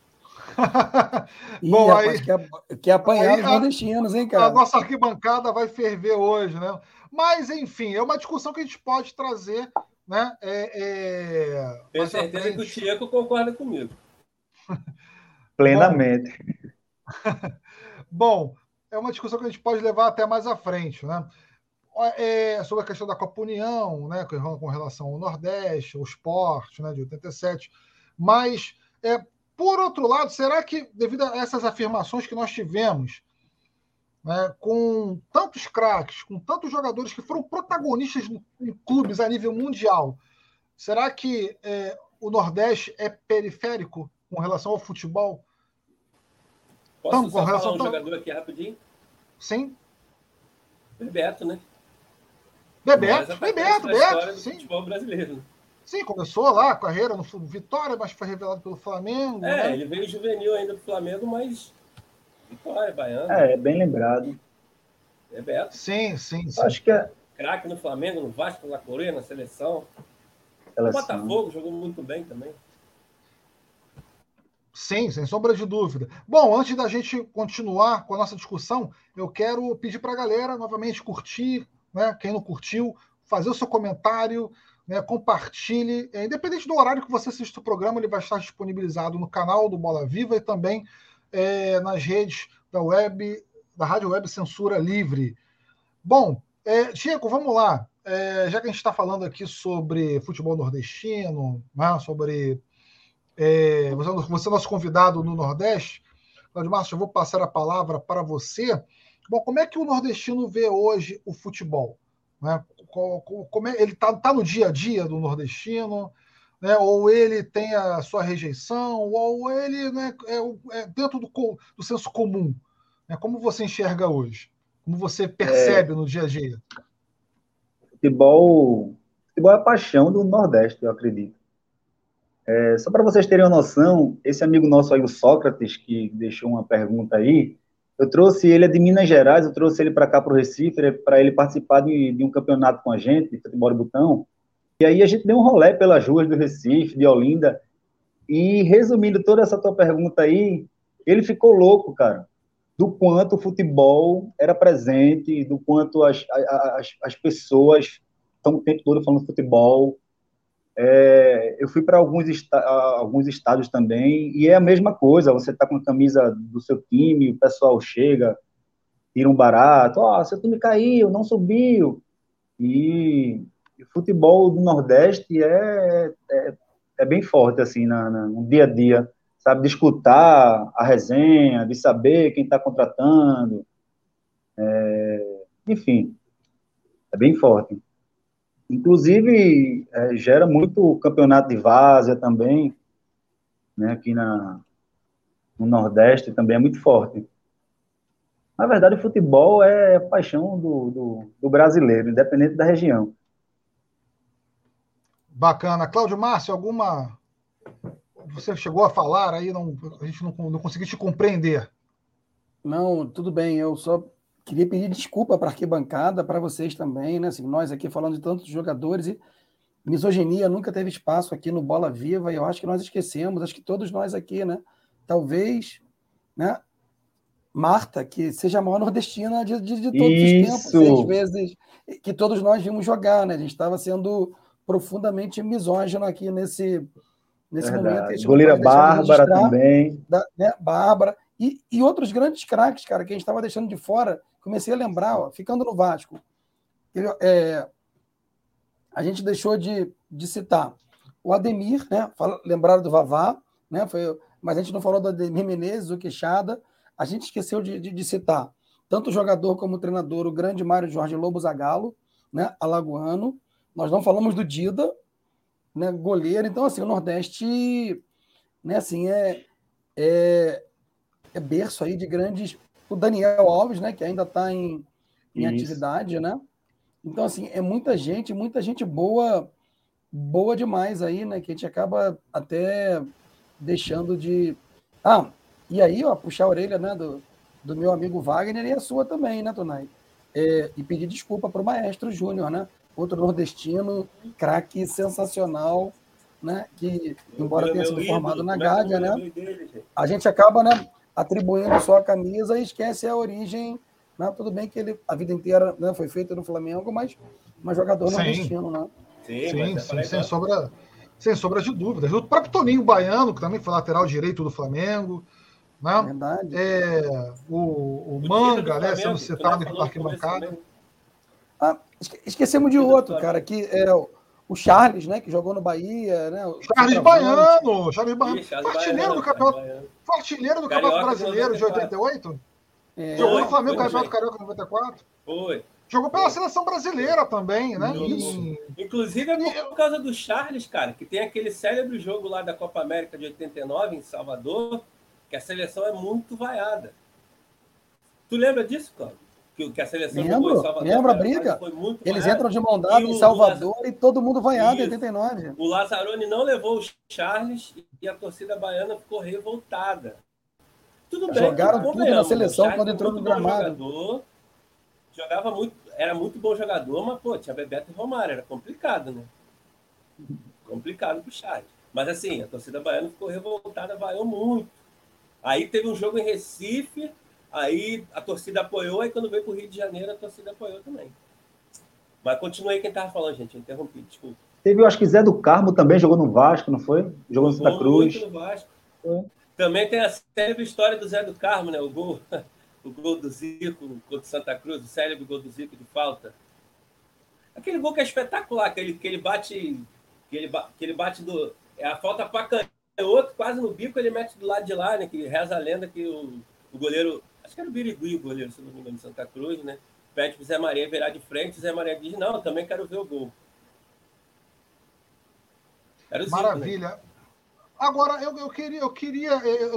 Bom, rapaz, aí que apanhar os nordestinos, hein, cara? A nossa arquibancada vai ferver hoje, né? Mas, enfim, é uma discussão que a gente pode trazer, né? Tenho certeza que o Tieco concorda comigo. Plenamente. Bom, é uma discussão que a gente pode levar até mais à frente, né? Sobre a questão da Copa União, né? Com relação ao Nordeste, ao esporte, né? De 87. Mas... por outro lado, será que, devido a essas afirmações que nós tivemos, né, com tantos craques, com tantos jogadores que foram protagonistas em clubes a nível mundial, será que o Nordeste é periférico com relação ao futebol? Posso só falar um jogador aqui rapidinho? Sim. Bebeto, né? Bebeto, sim. Futebol brasileiro. Sim, começou lá a carreira no Vitória, mas foi revelado pelo Flamengo. Né? Ele veio juvenil ainda pro Flamengo, mas Vitória, Baiano. Bem lembrado. Sim. Acho que craque no Flamengo, no Vasco, na Coreia, na seleção. O Botafogo jogou muito bem também. Sim, sem sombra de dúvida. Bom, antes da gente continuar com a nossa discussão, eu quero pedir para a galera novamente curtir, né? Quem não curtiu, fazer o seu comentário, né? Compartilhe. Independente do horário que você assiste o programa, ele vai estar disponibilizado no canal do Bola Viva e também nas redes da Rádio Web Censura Livre. Bom, Diego, vamos lá. Já que a gente está falando aqui sobre futebol nordestino, né? Sobre você é nosso convidado no Nordeste. Cláudio Márcio, eu vou passar a palavra para você. Bom, como é que o nordestino vê hoje o futebol? Né? Ele está no dia a dia do nordestino, né? Ou ele tem a sua rejeição, ou ele, né, dentro do senso comum. Né? Como você enxerga hoje? Como você percebe no dia a dia? Futebol é a paixão do Nordeste, eu acredito. Só para vocês terem uma noção, esse amigo nosso aí, o Sócrates, que deixou uma pergunta aí, eu trouxe ele de Minas Gerais, eu trouxe ele para cá, para o Recife, para ele participar de um campeonato com a gente, de futebol de botão, e aí a gente deu um rolê pelas ruas do Recife, de Olinda, e resumindo toda essa tua pergunta aí, ele ficou louco, cara, do quanto o futebol era presente, do quanto as pessoas estão o tempo todo falando de futebol. Eu fui para alguns estádios também, e é a mesma coisa, você está com a camisa do seu time, o pessoal chega, tira um barato, seu time caiu, não subiu, e o futebol do Nordeste é bem forte, assim, no dia a dia, sabe, de escutar a resenha, de saber quem está contratando, enfim, é bem forte. Inclusive, gera muito campeonato de várzea também, né, aqui no Nordeste também é muito forte. Na verdade, o futebol é a paixão do brasileiro, independente da região. Bacana. Cláudio Márcio, você chegou a falar aí, a gente não conseguiu te compreender. Não, tudo bem, eu só queria pedir desculpa para a arquibancada, para vocês também, né? Assim, nós aqui falando de tantos jogadores e misoginia nunca teve espaço aqui no Bola Viva e eu acho que nós esquecemos, acho que todos nós aqui, né? Talvez, né? Marta, que seja a maior nordestina de todos os tempos, 6 vezes que todos nós vimos jogar, né? A gente estava sendo profundamente misógino aqui nesse momento. A gente Goleira Bárbara também. Né? Bárbara. E outros grandes craques, cara, que a gente estava deixando de fora. Comecei a lembrar, ficando no Vasco. A gente deixou de citar o Ademir, né? Lembraram do Vavá, né? Mas a gente não falou do Ademir Menezes, o Queixada. A gente esqueceu de citar tanto o jogador como o treinador, o grande Mário Jorge Lobo Zagallo, né? Alagoano. Nós não falamos do Dida, né? Goleiro. Então, assim, o Nordeste, né? Assim, é berço aí de grandes... O Daniel Alves, né? Que ainda está em atividade, né? Então, assim, é muita gente boa demais aí, né? Que a gente acaba até deixando de... e aí, puxar a orelha, né, do meu amigo Wagner e a sua também, né, Tonai? E pedir desculpa para o Maestro Júnior, né? Outro nordestino, craque sensacional, né? Que, embora tenha sido formado na Gávea, né? A gente acaba, né, atribuindo só a camisa e esquece a origem. Né? Tudo bem que ele a vida inteira, né, foi feito no Flamengo, mas jogador nordestino, né? Sim, sem sombra de dúvidas. O próprio Toninho Baiano, que também foi lateral direito do Flamengo. Né? Verdade. O Manga, né, sendo citado aqui na arquibancada. Esquecemos de outro, cara, que é o Charles, né, que jogou no Bahia. Né, Charles Baiano. Artilheiro do Campeonato Brasileiro de 88? Jogou no Flamengo, Campeonato Carioca 94? Foi. Jogou pela seleção brasileira também, né? Inclusive é por causa do Charles, cara, que tem aquele célebre jogo lá da Copa América de 89, em Salvador, que a seleção é muito vaiada. Tu lembra disso, Cláudio? Que a seleção jogou em Salvador. Lembro a briga. Eles entram de mão dada em Salvador e todo mundo vaiado em 89. O Lazzaroni não levou o Charles e a torcida baiana ficou revoltada. Tudo bem. Jogaram tudo na seleção quando entrou no gramado. Jogava muito, era muito bom jogador, mas, tinha Bebeto e Romário, era complicado, né? complicado pro Charles. Mas assim, a torcida baiana ficou revoltada, vaiou muito. Aí teve um jogo em Recife, aí a torcida apoiou, aí quando veio pro Rio de Janeiro, a torcida apoiou também. Mas continue aí quem tava falando, gente, eu interrompi, desculpa. Teve, eu acho que Zé do Carmo também jogou no Vasco, não foi? Jogou no Santa Cruz. Muito no Vasco. Também tem a célebre história do Zé do Carmo, né? O gol do Zico contra o Santa Cruz, o célebre gol do Zico de falta. Aquele gol que é espetacular, que ele bate do... É a falta para canhoto, quase no bico, ele mete do lado de lá, né? Que reza a lenda que o goleiro... Acho que era o Birigui, o goleiro, se não me engano, de Santa Cruz, né? Pede pro Zé Maria virar de frente, o Zé Maria diz, não, eu também quero ver o gol. Era o Zico, Maravilha. Né? Agora, eu queria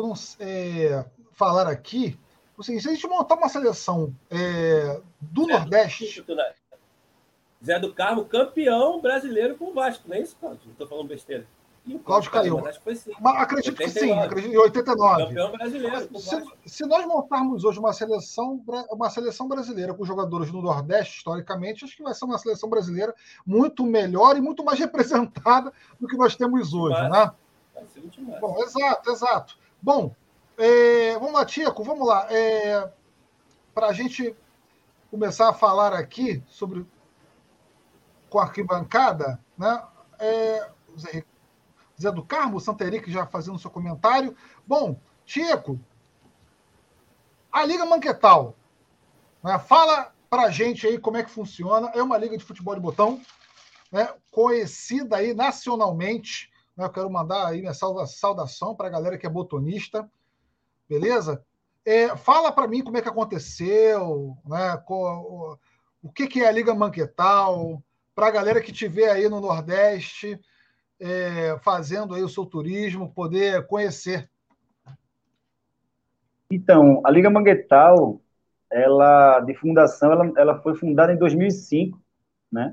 falar aqui, o seguinte, se a gente montar uma seleção do Nordeste... Zé do Carmo, campeão brasileiro com o Vasco, não é isso, Cláudio? Não estou falando besteira. Cláudio caiu. Mas acho que foi sim. Mas acredito 89. Que sim, acredito em 89. Campeão brasileiro. Se nós montarmos hoje uma seleção brasileira com jogadores do Nordeste, historicamente, acho que vai ser uma seleção brasileira muito melhor e muito mais representada do que nós temos hoje, né? Vai ser muito massa. Bom, exato. Bom, vamos lá, Tico, vamos lá. Para a gente começar a falar aqui sobre com a arquibancada, né? Zé do Carmo, o Santa Henrique já fazendo seu comentário. Bom, Tico, a Liga Manquetal, né? Fala pra gente aí como é que funciona. É uma liga de futebol de botão, né? Conhecida aí nacionalmente, né? Eu quero mandar aí minha saudação para a galera que é botonista, beleza? Fala para mim como é que aconteceu, né? O que é a Liga Manquetal, para a galera que estiver aí no Nordeste, fazendo aí o seu turismo, poder conhecer. Então, a Liga Manguetal, de fundação, ela foi fundada em 2005, né?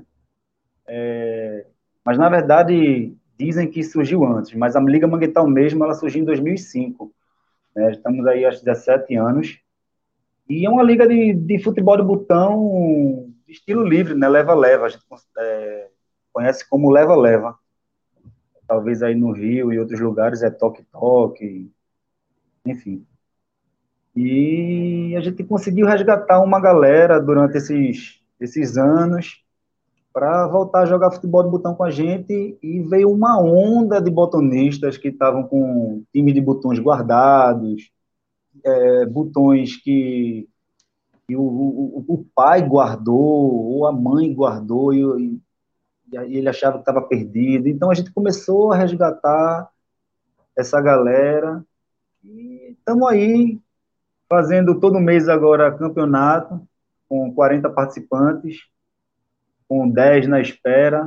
Mas, na verdade, dizem que surgiu antes, mas a Liga Manguetal mesmo, ela surgiu em 2005, né? Estamos aí há 17 anos, e é uma liga de futebol de botão de estilo livre, né? Leva-leva, a gente conhece como leva-leva. Talvez aí no Rio e outros lugares é toque-toque, enfim. E a gente conseguiu resgatar uma galera durante esses anos para voltar a jogar futebol de botão com a gente, e veio uma onda de botonistas que estavam com time de botões guardados, botões que o pai guardou, ou a mãe guardou, e ele achava que estava perdido. Então a gente começou a resgatar essa galera, e estamos aí fazendo todo mês agora campeonato, com 40 participantes, com 10 na espera.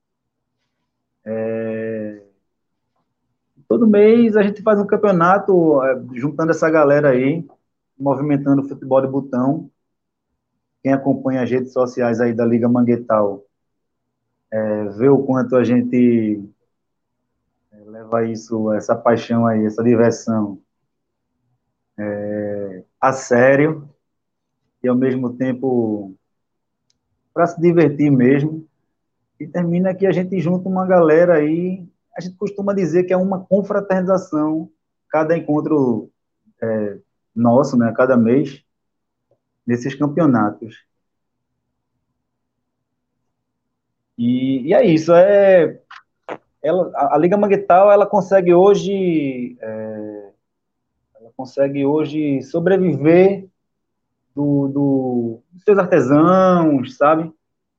Todo mês a gente faz um campeonato, juntando essa galera aí, movimentando o futebol de botão. Quem acompanha as redes sociais aí da Liga Manguetal vê o quanto a gente leva essa paixão aí, essa diversão a sério, e ao mesmo tempo para se divertir mesmo. E termina que a gente junta uma galera aí, a gente costuma dizer que é uma confraternização, cada encontro nosso, né, cada mês, nesses campeonatos. E é isso, a Liga Manguetal, ela consegue hoje sobreviver dos seus artesãos, sabe?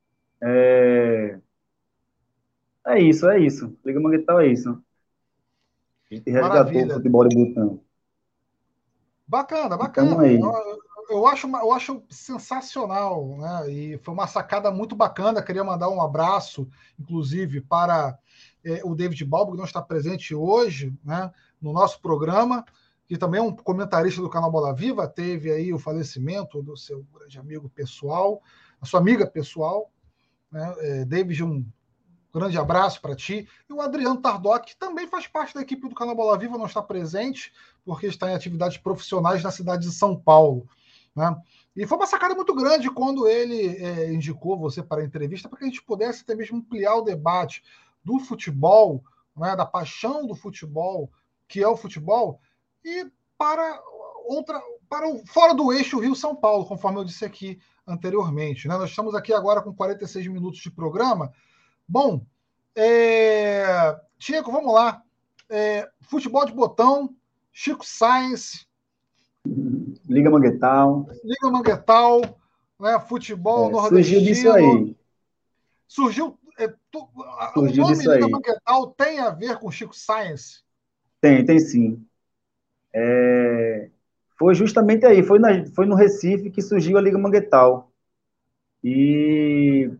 É isso. Liga Manguetal é isso. A gente resgatou o futebol de botão. Bacana. Eu acho sensacional, né? E foi uma sacada muito bacana. Queria mandar um abraço, inclusive, para o David Balbo, que não está presente hoje, né, no nosso programa, que também é um comentarista do canal Bola Viva. Teve aí o falecimento do seu grande amigo pessoal, a sua amiga pessoal, né? David, um grande abraço para ti. E o Adriano Tardoc, que também faz parte da equipe do canal Bola Viva, não está presente, porque está em atividades profissionais na cidade de São Paulo, né? E foi uma sacada muito grande quando ele indicou você para a entrevista, para que a gente pudesse até mesmo ampliar o debate, do futebol, né, da paixão do futebol, que é o futebol, e para fora do eixo Rio-São Paulo, conforme eu disse aqui anteriormente. Né? Nós estamos aqui agora com 46 minutos de programa. Bom, Tiago, vamos lá. Futebol de botão, Chico Sainz, Liga Manguetal. Né? Futebol nordestino. Surgiu disso aí. O nome Liga Manguetal tem a ver com Chico Sainz? Tem sim. Foi justamente aí, foi no Recife que surgiu a Liga Manguetal. E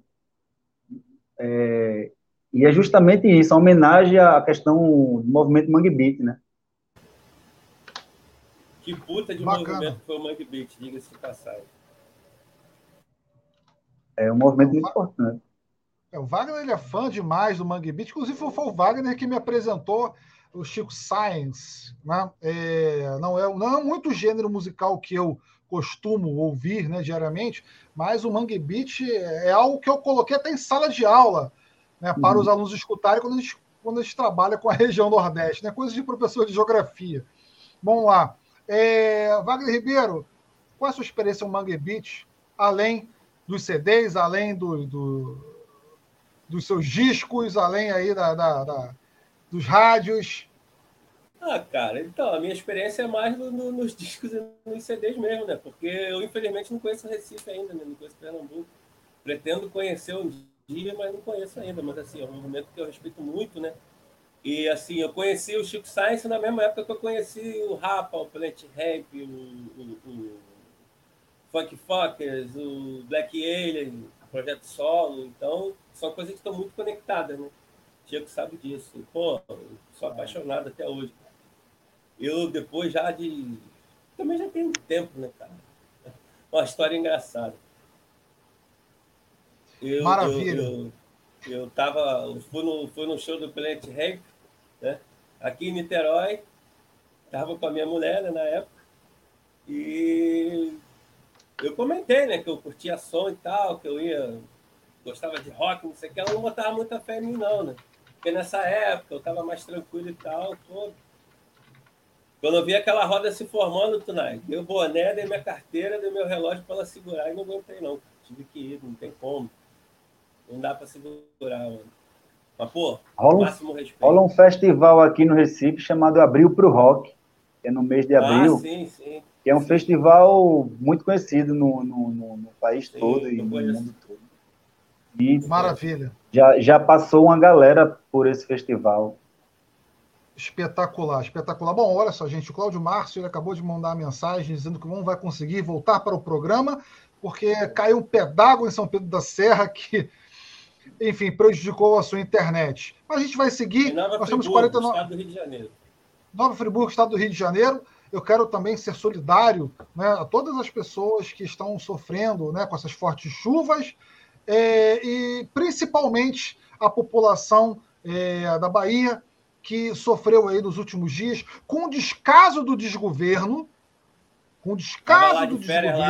é justamente isso, a homenagem à questão do movimento Mangue Beat, né? Que puta de movimento foi o Mangue Beat, diga-se de passagem. É um movimento muito importante. O Wagner ele é fã demais do Mangue Beat, inclusive foi o Wagner que me apresentou o Chico Sainz. Né? Não é muito gênero musical que eu costumo ouvir, né, diariamente, mas o Mangue Beat é algo que eu coloquei até em sala de aula, né, para os alunos escutarem quando a gente trabalha com a região Nordeste, né, coisa de professor de geografia. Vamos lá. Wagner Ribeiro, qual é a sua experiência com o Mangue Beat, além dos CDs, além dos seus discos, além aí dos rádios? Cara, então, a minha experiência é mais nos discos e nos CDs mesmo, né? Porque eu, infelizmente, não conheço o Recife ainda, né? Não conheço Pernambuco. Pretendo conhecer um dia, mas não conheço ainda. Mas, assim, é um movimento que eu respeito muito, né? E, assim, eu conheci o Chico Sainz na mesma época que eu conheci o Rapa, o Planet Ramp, o Funk Fockers, o Black Alien, o Projeto Solo. Então, são coisas que estão muito conectadas, né? O Chico sabe disso. Pô, sou apaixonado até hoje. Eu, depois já de... Também já tem tempo, né, cara? Uma história engraçada. Maravilha. Eu fui no show do Planet Ramp, né? Aqui em Niterói. Tava com a minha mulher, né, na época. E eu comentei, né, que eu curtia som e tal, que eu gostava de rock, não sei o que. Ela não botava muita fé em mim, não, né? Porque nessa época eu tava mais tranquilo e tal, pô. Quando eu vi aquela roda se formando, Tunai, dei o boné, dei minha carteira, dei meu relógio para ela segurar e não aguentei, não. Tive que ir, não tem como. Não dá para segurar, mano. Mas, pô, máximo respeito. Rola um festival aqui no Recife chamado Abril pro Rock, que é no mês de abril. Sim. Que é um festival muito conhecido no país todo e no mundo todo. E maravilha. Já passou uma galera por esse festival. Espetacular. Bom, olha só, gente, o Cláudio Márcio ele acabou de mandar uma mensagem dizendo que não vai conseguir voltar para o programa porque caiu um pé d'água em São Pedro da Serra que, enfim, prejudicou a sua internet. Mas a gente vai seguir. Nós temos 49... Estado do Rio de Janeiro. Nova Friburgo, Estado do Rio de Janeiro. Eu quero também ser solidário, né, a todas as pessoas que estão sofrendo, né, com essas fortes chuvas e principalmente a população da Bahia, que sofreu aí nos últimos dias com o descaso do desgoverno. Estava de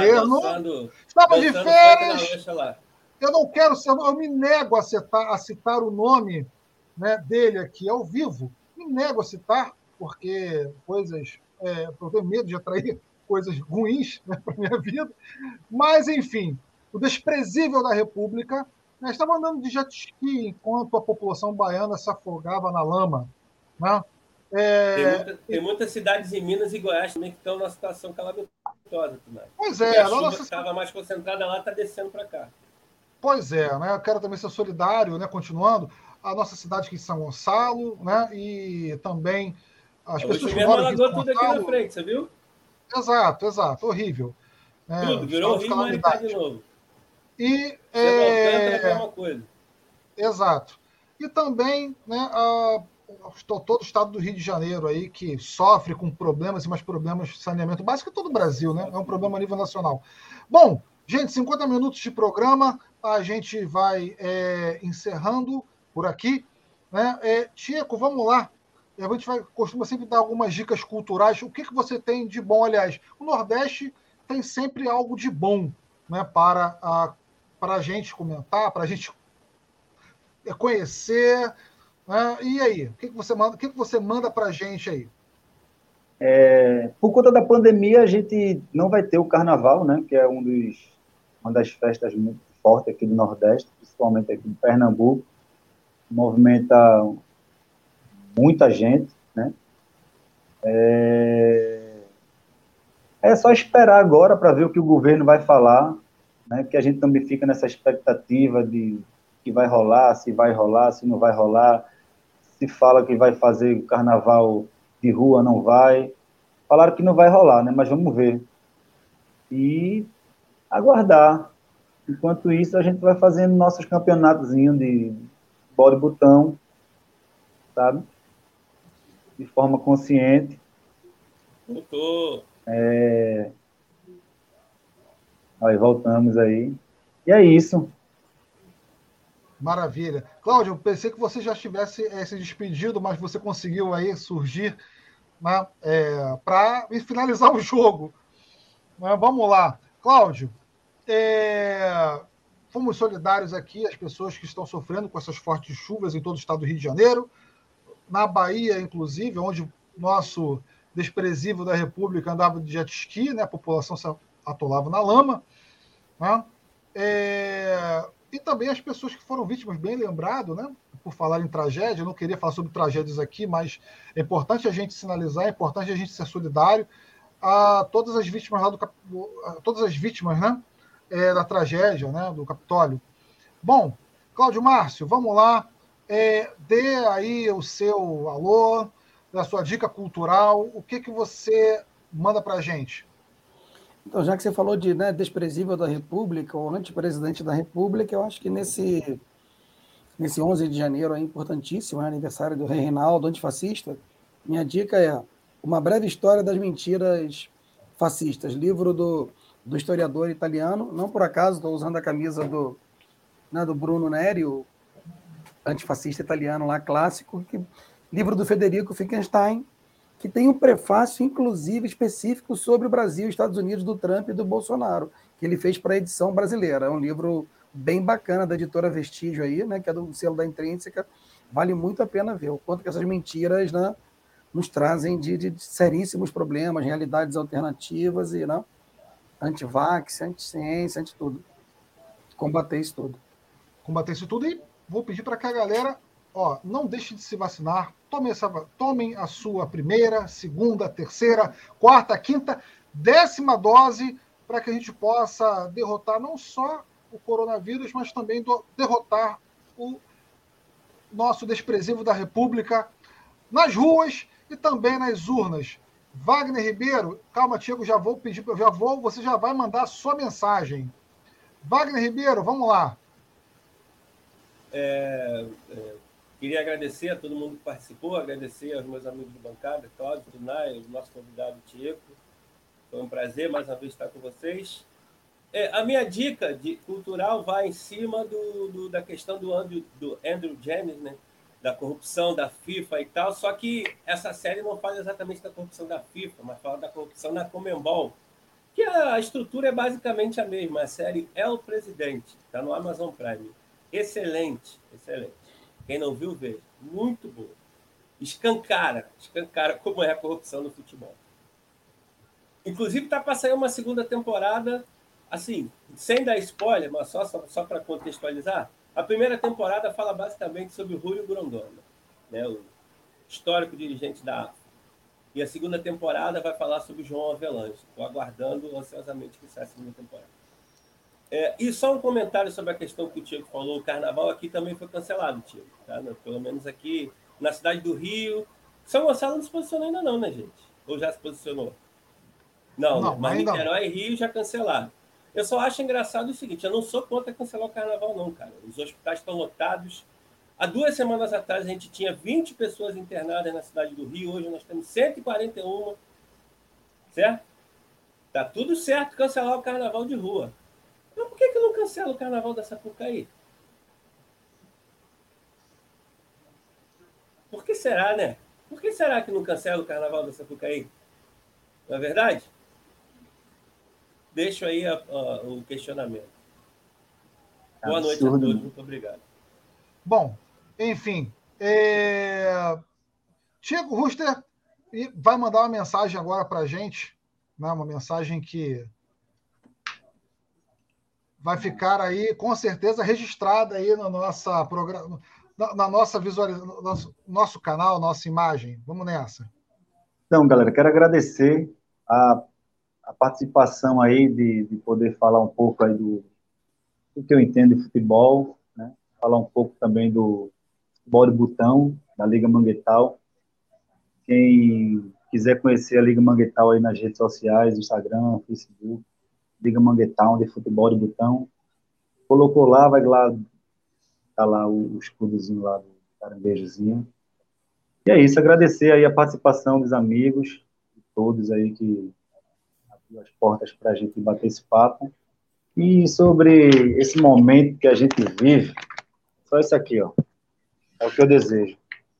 férias. Eu me nego a citar o nome, né, dele aqui ao vivo. Me nego a citar, porque eu tenho medo de atrair coisas ruins, né, para a minha vida. Mas, enfim, o desprezível da República, né, estava andando de jet ski enquanto a população baiana se afogava na lama. Né? Tem muitas cidades em Minas e Goiás também que estão numa situação calamitosa. Pois é. A chuva que estava mais concentrada lá está descendo para cá. Pois é, né? Eu quero também ser solidário, né? Continuando, a nossa cidade aqui de São Gonçalo, né? E também as pessoas que moram aqui em São Gonçalo. Tudo aqui na frente, você viu? Exato, horrível. Tudo, virou Rio Maricá de novo. E é a mesma coisa. Exato. E também, né, todo o estado do Rio de Janeiro aí que sofre com problemas e mais problemas de saneamento básico, todo o Brasil, né? É um problema a nível nacional. Bom, gente, 50 minutos de programa, a gente vai encerrando por aqui. Né? Tico, vamos lá. A gente costuma sempre dar algumas dicas culturais. O que você tem de bom? Aliás, o Nordeste tem sempre algo de bom, né, para a gente comentar, para a gente conhecer. E aí, o que você manda para a gente aí? Por conta da pandemia, a gente não vai ter o carnaval, né? Que é uma das festas muito fortes aqui do Nordeste, principalmente aqui em Pernambuco. Movimenta muita gente, né? É só esperar agora para ver o que o governo vai falar, né? Que a gente também fica nessa expectativa de que vai rolar, se não vai rolar, se fala que vai fazer carnaval de rua, não vai. Falaram que não vai rolar, né? Mas vamos ver. E aguardar. Enquanto isso, a gente vai fazendo nossos campeonatozinhos de bola de botão, sabe? De forma consciente. Voltou. Aí voltamos aí. E é isso. Maravilha. Cláudio, eu pensei que você já tivesse se despedido, mas você conseguiu aí surgir, né, para finalizar o jogo. Mas vamos lá. Cláudio, fomos solidários aqui às pessoas que estão sofrendo com essas fortes chuvas em todo o estado do Rio de Janeiro. Na Bahia, inclusive, onde o nosso desprezível da República andava de jet ski, né, a população se atolava na lama. Né? E também as pessoas que foram vítimas, bem lembrado, né? Por falar em tragédia, eu não queria falar sobre tragédias aqui, mas é importante a gente sinalizar, é importante a gente ser solidário a todas as vítimas lá todas as vítimas, né? Da tragédia, né? Do Capitólio. Bom, Cláudio Márcio, vamos lá. Dê aí o seu alô, a sua dica cultural, o que você manda para a gente? Então, já que você falou de, né, desprezível da República, ou antipresidente da República, eu acho que nesse 11 de janeiro é importantíssimo, é aniversário do Rei Reinaldo, antifascista. Minha dica é Uma Breve História das Mentiras Fascistas, livro do historiador italiano. Não por acaso estou usando a camisa do Bruno Neri, o antifascista italiano lá, clássico, livro do Federico Finkelstein, que tem um prefácio, inclusive, específico sobre o Brasil, Estados Unidos, do Trump e do Bolsonaro, que ele fez para a edição brasileira. É um livro bem bacana da editora Vestígio aí, né, que é do selo da Intrínseca. Vale muito a pena ver o quanto que essas mentiras, né, nos trazem de seríssimos problemas, realidades alternativas e, né, anti-vax, anti-ciência, anti-tudo. Combater isso tudo. Combater isso tudo e vou pedir para que a galera, não deixe de se vacinar. Tomem a sua primeira, segunda, terceira, quarta, quinta, 10ª dose para que a gente possa derrotar não só o coronavírus, mas também derrotar o nosso desprezível da República nas ruas e também nas urnas. Wagner Ribeiro, calma, Tiago, você já vai mandar a sua mensagem. Wagner Ribeiro, vamos lá. Queria agradecer a todo mundo que participou, agradecer aos meus amigos de bancada, Cláudio, Tunay, o nosso convidado Tiago. Foi um prazer mais uma vez estar com vocês. A minha dica cultural vai em cima da questão do Andrew James, né? Da corrupção da FIFA e tal, só que essa série não fala exatamente da corrupção da FIFA, mas fala da corrupção na Conmebol, que a estrutura é basicamente a mesma. A série É o Presidente, está no Amazon Prime. Excelente, excelente. Quem não viu, veja. Muito boa. Escancara como é a corrupção no futebol. Inclusive, está para sair uma segunda temporada, assim, sem dar spoiler, mas só para contextualizar. A primeira temporada fala basicamente sobre o Julio Grondona, né, o histórico dirigente da AFA. E a segunda temporada vai falar sobre o João Avelange. Estou aguardando ansiosamente que saia a segunda temporada. E só um comentário sobre a questão que o Tiago falou. O carnaval aqui também foi cancelado, Tiago. Tá? Pelo menos aqui na cidade do Rio. São Gonçalo não se posicionou ainda não, né, gente? Ou já se posicionou? Não, né? Mas Niterói e Rio já cancelaram. Eu só acho engraçado o seguinte, eu não sou contra cancelar o carnaval não, cara. Os hospitais estão lotados. Há 2 semanas atrás a gente tinha 20 pessoas internadas na cidade do Rio, hoje nós temos 141, certo? Tá tudo certo cancelar o carnaval de rua. Mas por que não cancela o carnaval da Sapucaí? Por que será, né? Por que será que não cancela o carnaval da Sapucaí? Não é verdade? Deixo aí o questionamento. Boa noite a todos, muito obrigado. Bom, enfim, Tiago Ruster vai mandar uma mensagem agora para a gente, né? Uma mensagem que vai ficar aí, com certeza, registrada aí no nossa programa, na nossa visualização, nosso canal, nossa imagem. Vamos nessa. Então, galera, quero agradecer a participação aí de poder falar um pouco aí do que eu entendo de futebol, né? Falar um pouco também do futebol de botão, da Liga Manguetal. Quem quiser conhecer a Liga Manguetal aí nas redes sociais, Instagram, Facebook, Liga Manguetal, de futebol de botão. Colocou lá, vai lá, tá lá o escudozinho lá do caranguejozinho. E é isso, agradecer aí a participação dos amigos, de todos aí que abriu as portas para a gente bater esse papo. E sobre esse momento que a gente vive, só isso aqui, ó, é o que eu desejo.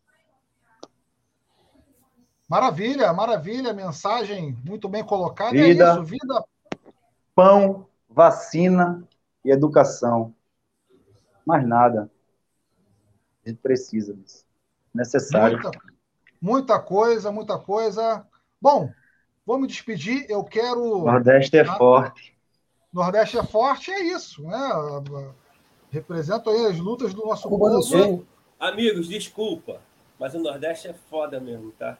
Maravilha, maravilha, mensagem muito bem colocada. Vida, é isso, vida, pão, vacina e educação. Mais nada. A gente precisa disso. Necessário. Muita coisa, muita coisa. Bom, vou me despedir. Eu quero. Nordeste é forte. Nordeste é forte, é isso, né? Represento aí as lutas do nosso Cuba do povo. Sul. Amigos, desculpa, mas o Nordeste é foda mesmo, tá?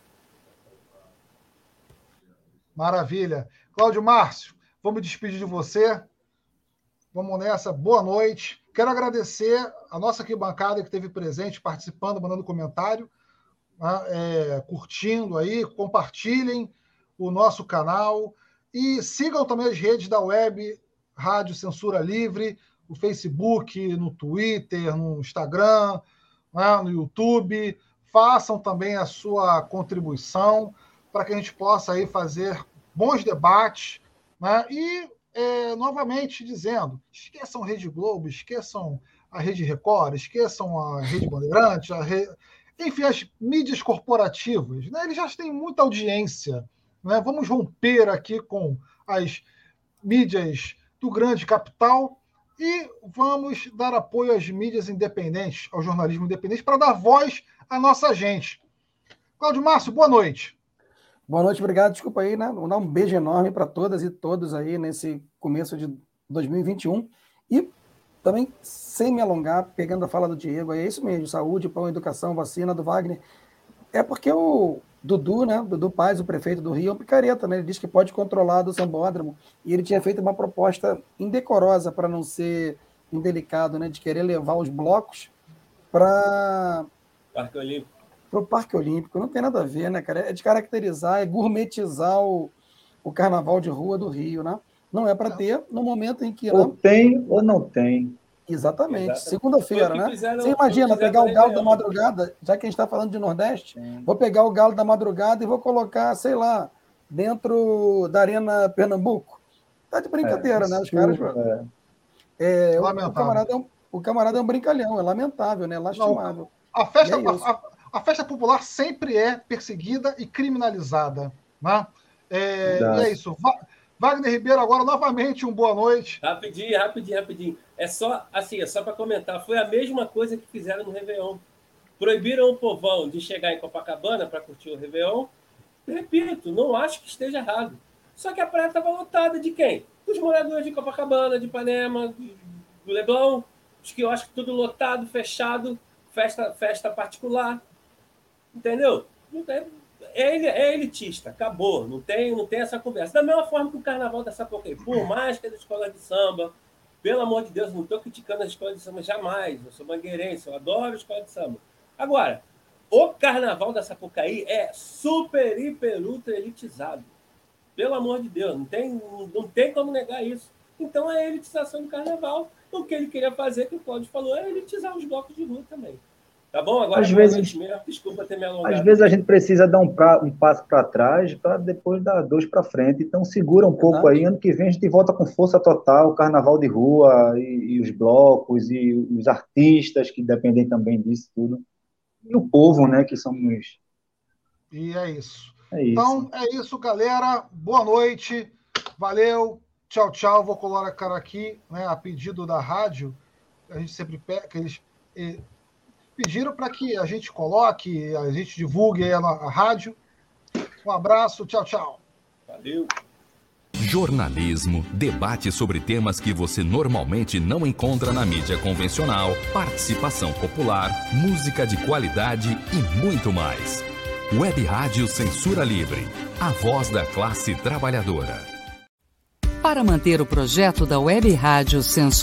Maravilha. Cláudio Márcio, vou me despedir de você. Vamos nessa. Boa noite. Quero agradecer a nossa arquibancada que esteve presente, participando, mandando comentário, né? Curtindo aí, compartilhem o nosso canal e sigam também as redes da web Rádio Censura Livre, no Facebook, no Twitter, no Instagram, né? No YouTube. Façam também a sua contribuição para que a gente possa aí fazer bons debates, né? E novamente dizendo, esqueçam a Rede Globo, esqueçam a Rede Record, esqueçam a Rede Bandeirantes, enfim, as mídias corporativas, né? Eles já têm muita audiência, né? Vamos romper aqui com as mídias do grande capital e vamos dar apoio às mídias independentes, ao jornalismo independente, para dar voz à nossa gente. Cláudio Márcio, boa noite. Boa noite, obrigado. Desculpa aí, né? Vou dar um beijo enorme para todas e todos aí nesse começo de 2021. E também, sem me alongar, pegando a fala do Diego, é isso mesmo: saúde, pão, educação, vacina, do Wagner. É porque o Dudu, né? Dudu Paz, o prefeito do Rio, é um picareta, né? Ele diz que pode controlar do Sambódromo. E ele tinha feito uma proposta indecorosa, para não ser indelicado, né? De querer levar os blocos para Parque Olímpico. Para o Parque Olímpico. Não tem nada a ver, né, cara? É descaracterizar, é gourmetizar o carnaval de rua do Rio, né? Não é para ter no momento em que... Ou Né? tem ou não tem. Exatamente. Segunda-feira, né? Fizeram, você imagina pegar o Galo da Réveillon. Madrugada, já que a gente está falando de Nordeste, vou pegar o Galo da Madrugada e vou colocar, sei lá, dentro da Arena Pernambuco. Tá de brincadeira, né? Os caras... O camarada é um brincalhão, é lamentável, né? Lastimável. Não, a festa popular sempre é perseguida e criminalizada, né? E é isso. Wagner Ribeiro, agora novamente boa noite. Rapidinho. É só para comentar. Foi a mesma coisa que fizeram no Réveillon. Proibiram o povão de chegar em Copacabana para curtir o Réveillon. Repito, não acho que esteja errado. Só que a praia estava lotada de quem? Dos moradores de Copacabana, de Ipanema, do Leblon, os quiosques tudo lotado, fechado, festa particular. Entendeu? É elitista, acabou. Não tem essa conversa. Da mesma forma que o carnaval da Sapucaí, por mais que é da escola de samba, pelo amor de Deus, não estou criticando as escolas de samba jamais. Eu sou mangueirense, eu adoro a escola de samba. Agora, o carnaval da Sapucaí é super, hiper, ultra elitizado. Pelo amor de Deus, não tem como negar isso. Então é a elitização do carnaval. O que ele queria fazer, que o Cláudio falou, é elitizar os blocos de rua também. Tá bom? Agora, às vezes, mesmo, desculpa ter me alongado. Às vezes a gente precisa dar um passo para trás para depois dar 2 para frente. Então segura um pouco aí. Ano que vem a gente volta com força total, o carnaval de rua e os blocos e os artistas que dependem também disso tudo. E o povo, né, que somos... E é isso. Então é isso, galera. Boa noite. Valeu. Tchau, tchau. Vou colocar aqui, né, a pedido da rádio. A gente sempre pede que eles pediram para que a gente coloque, a gente divulgue aí a rádio. Um abraço, tchau, tchau. Valeu. Jornalismo, debate sobre temas que você normalmente não encontra na mídia convencional, participação popular, música de qualidade e muito mais. Web Rádio Censura Livre, a voz da classe trabalhadora. Para manter o projeto da Web Rádio Censura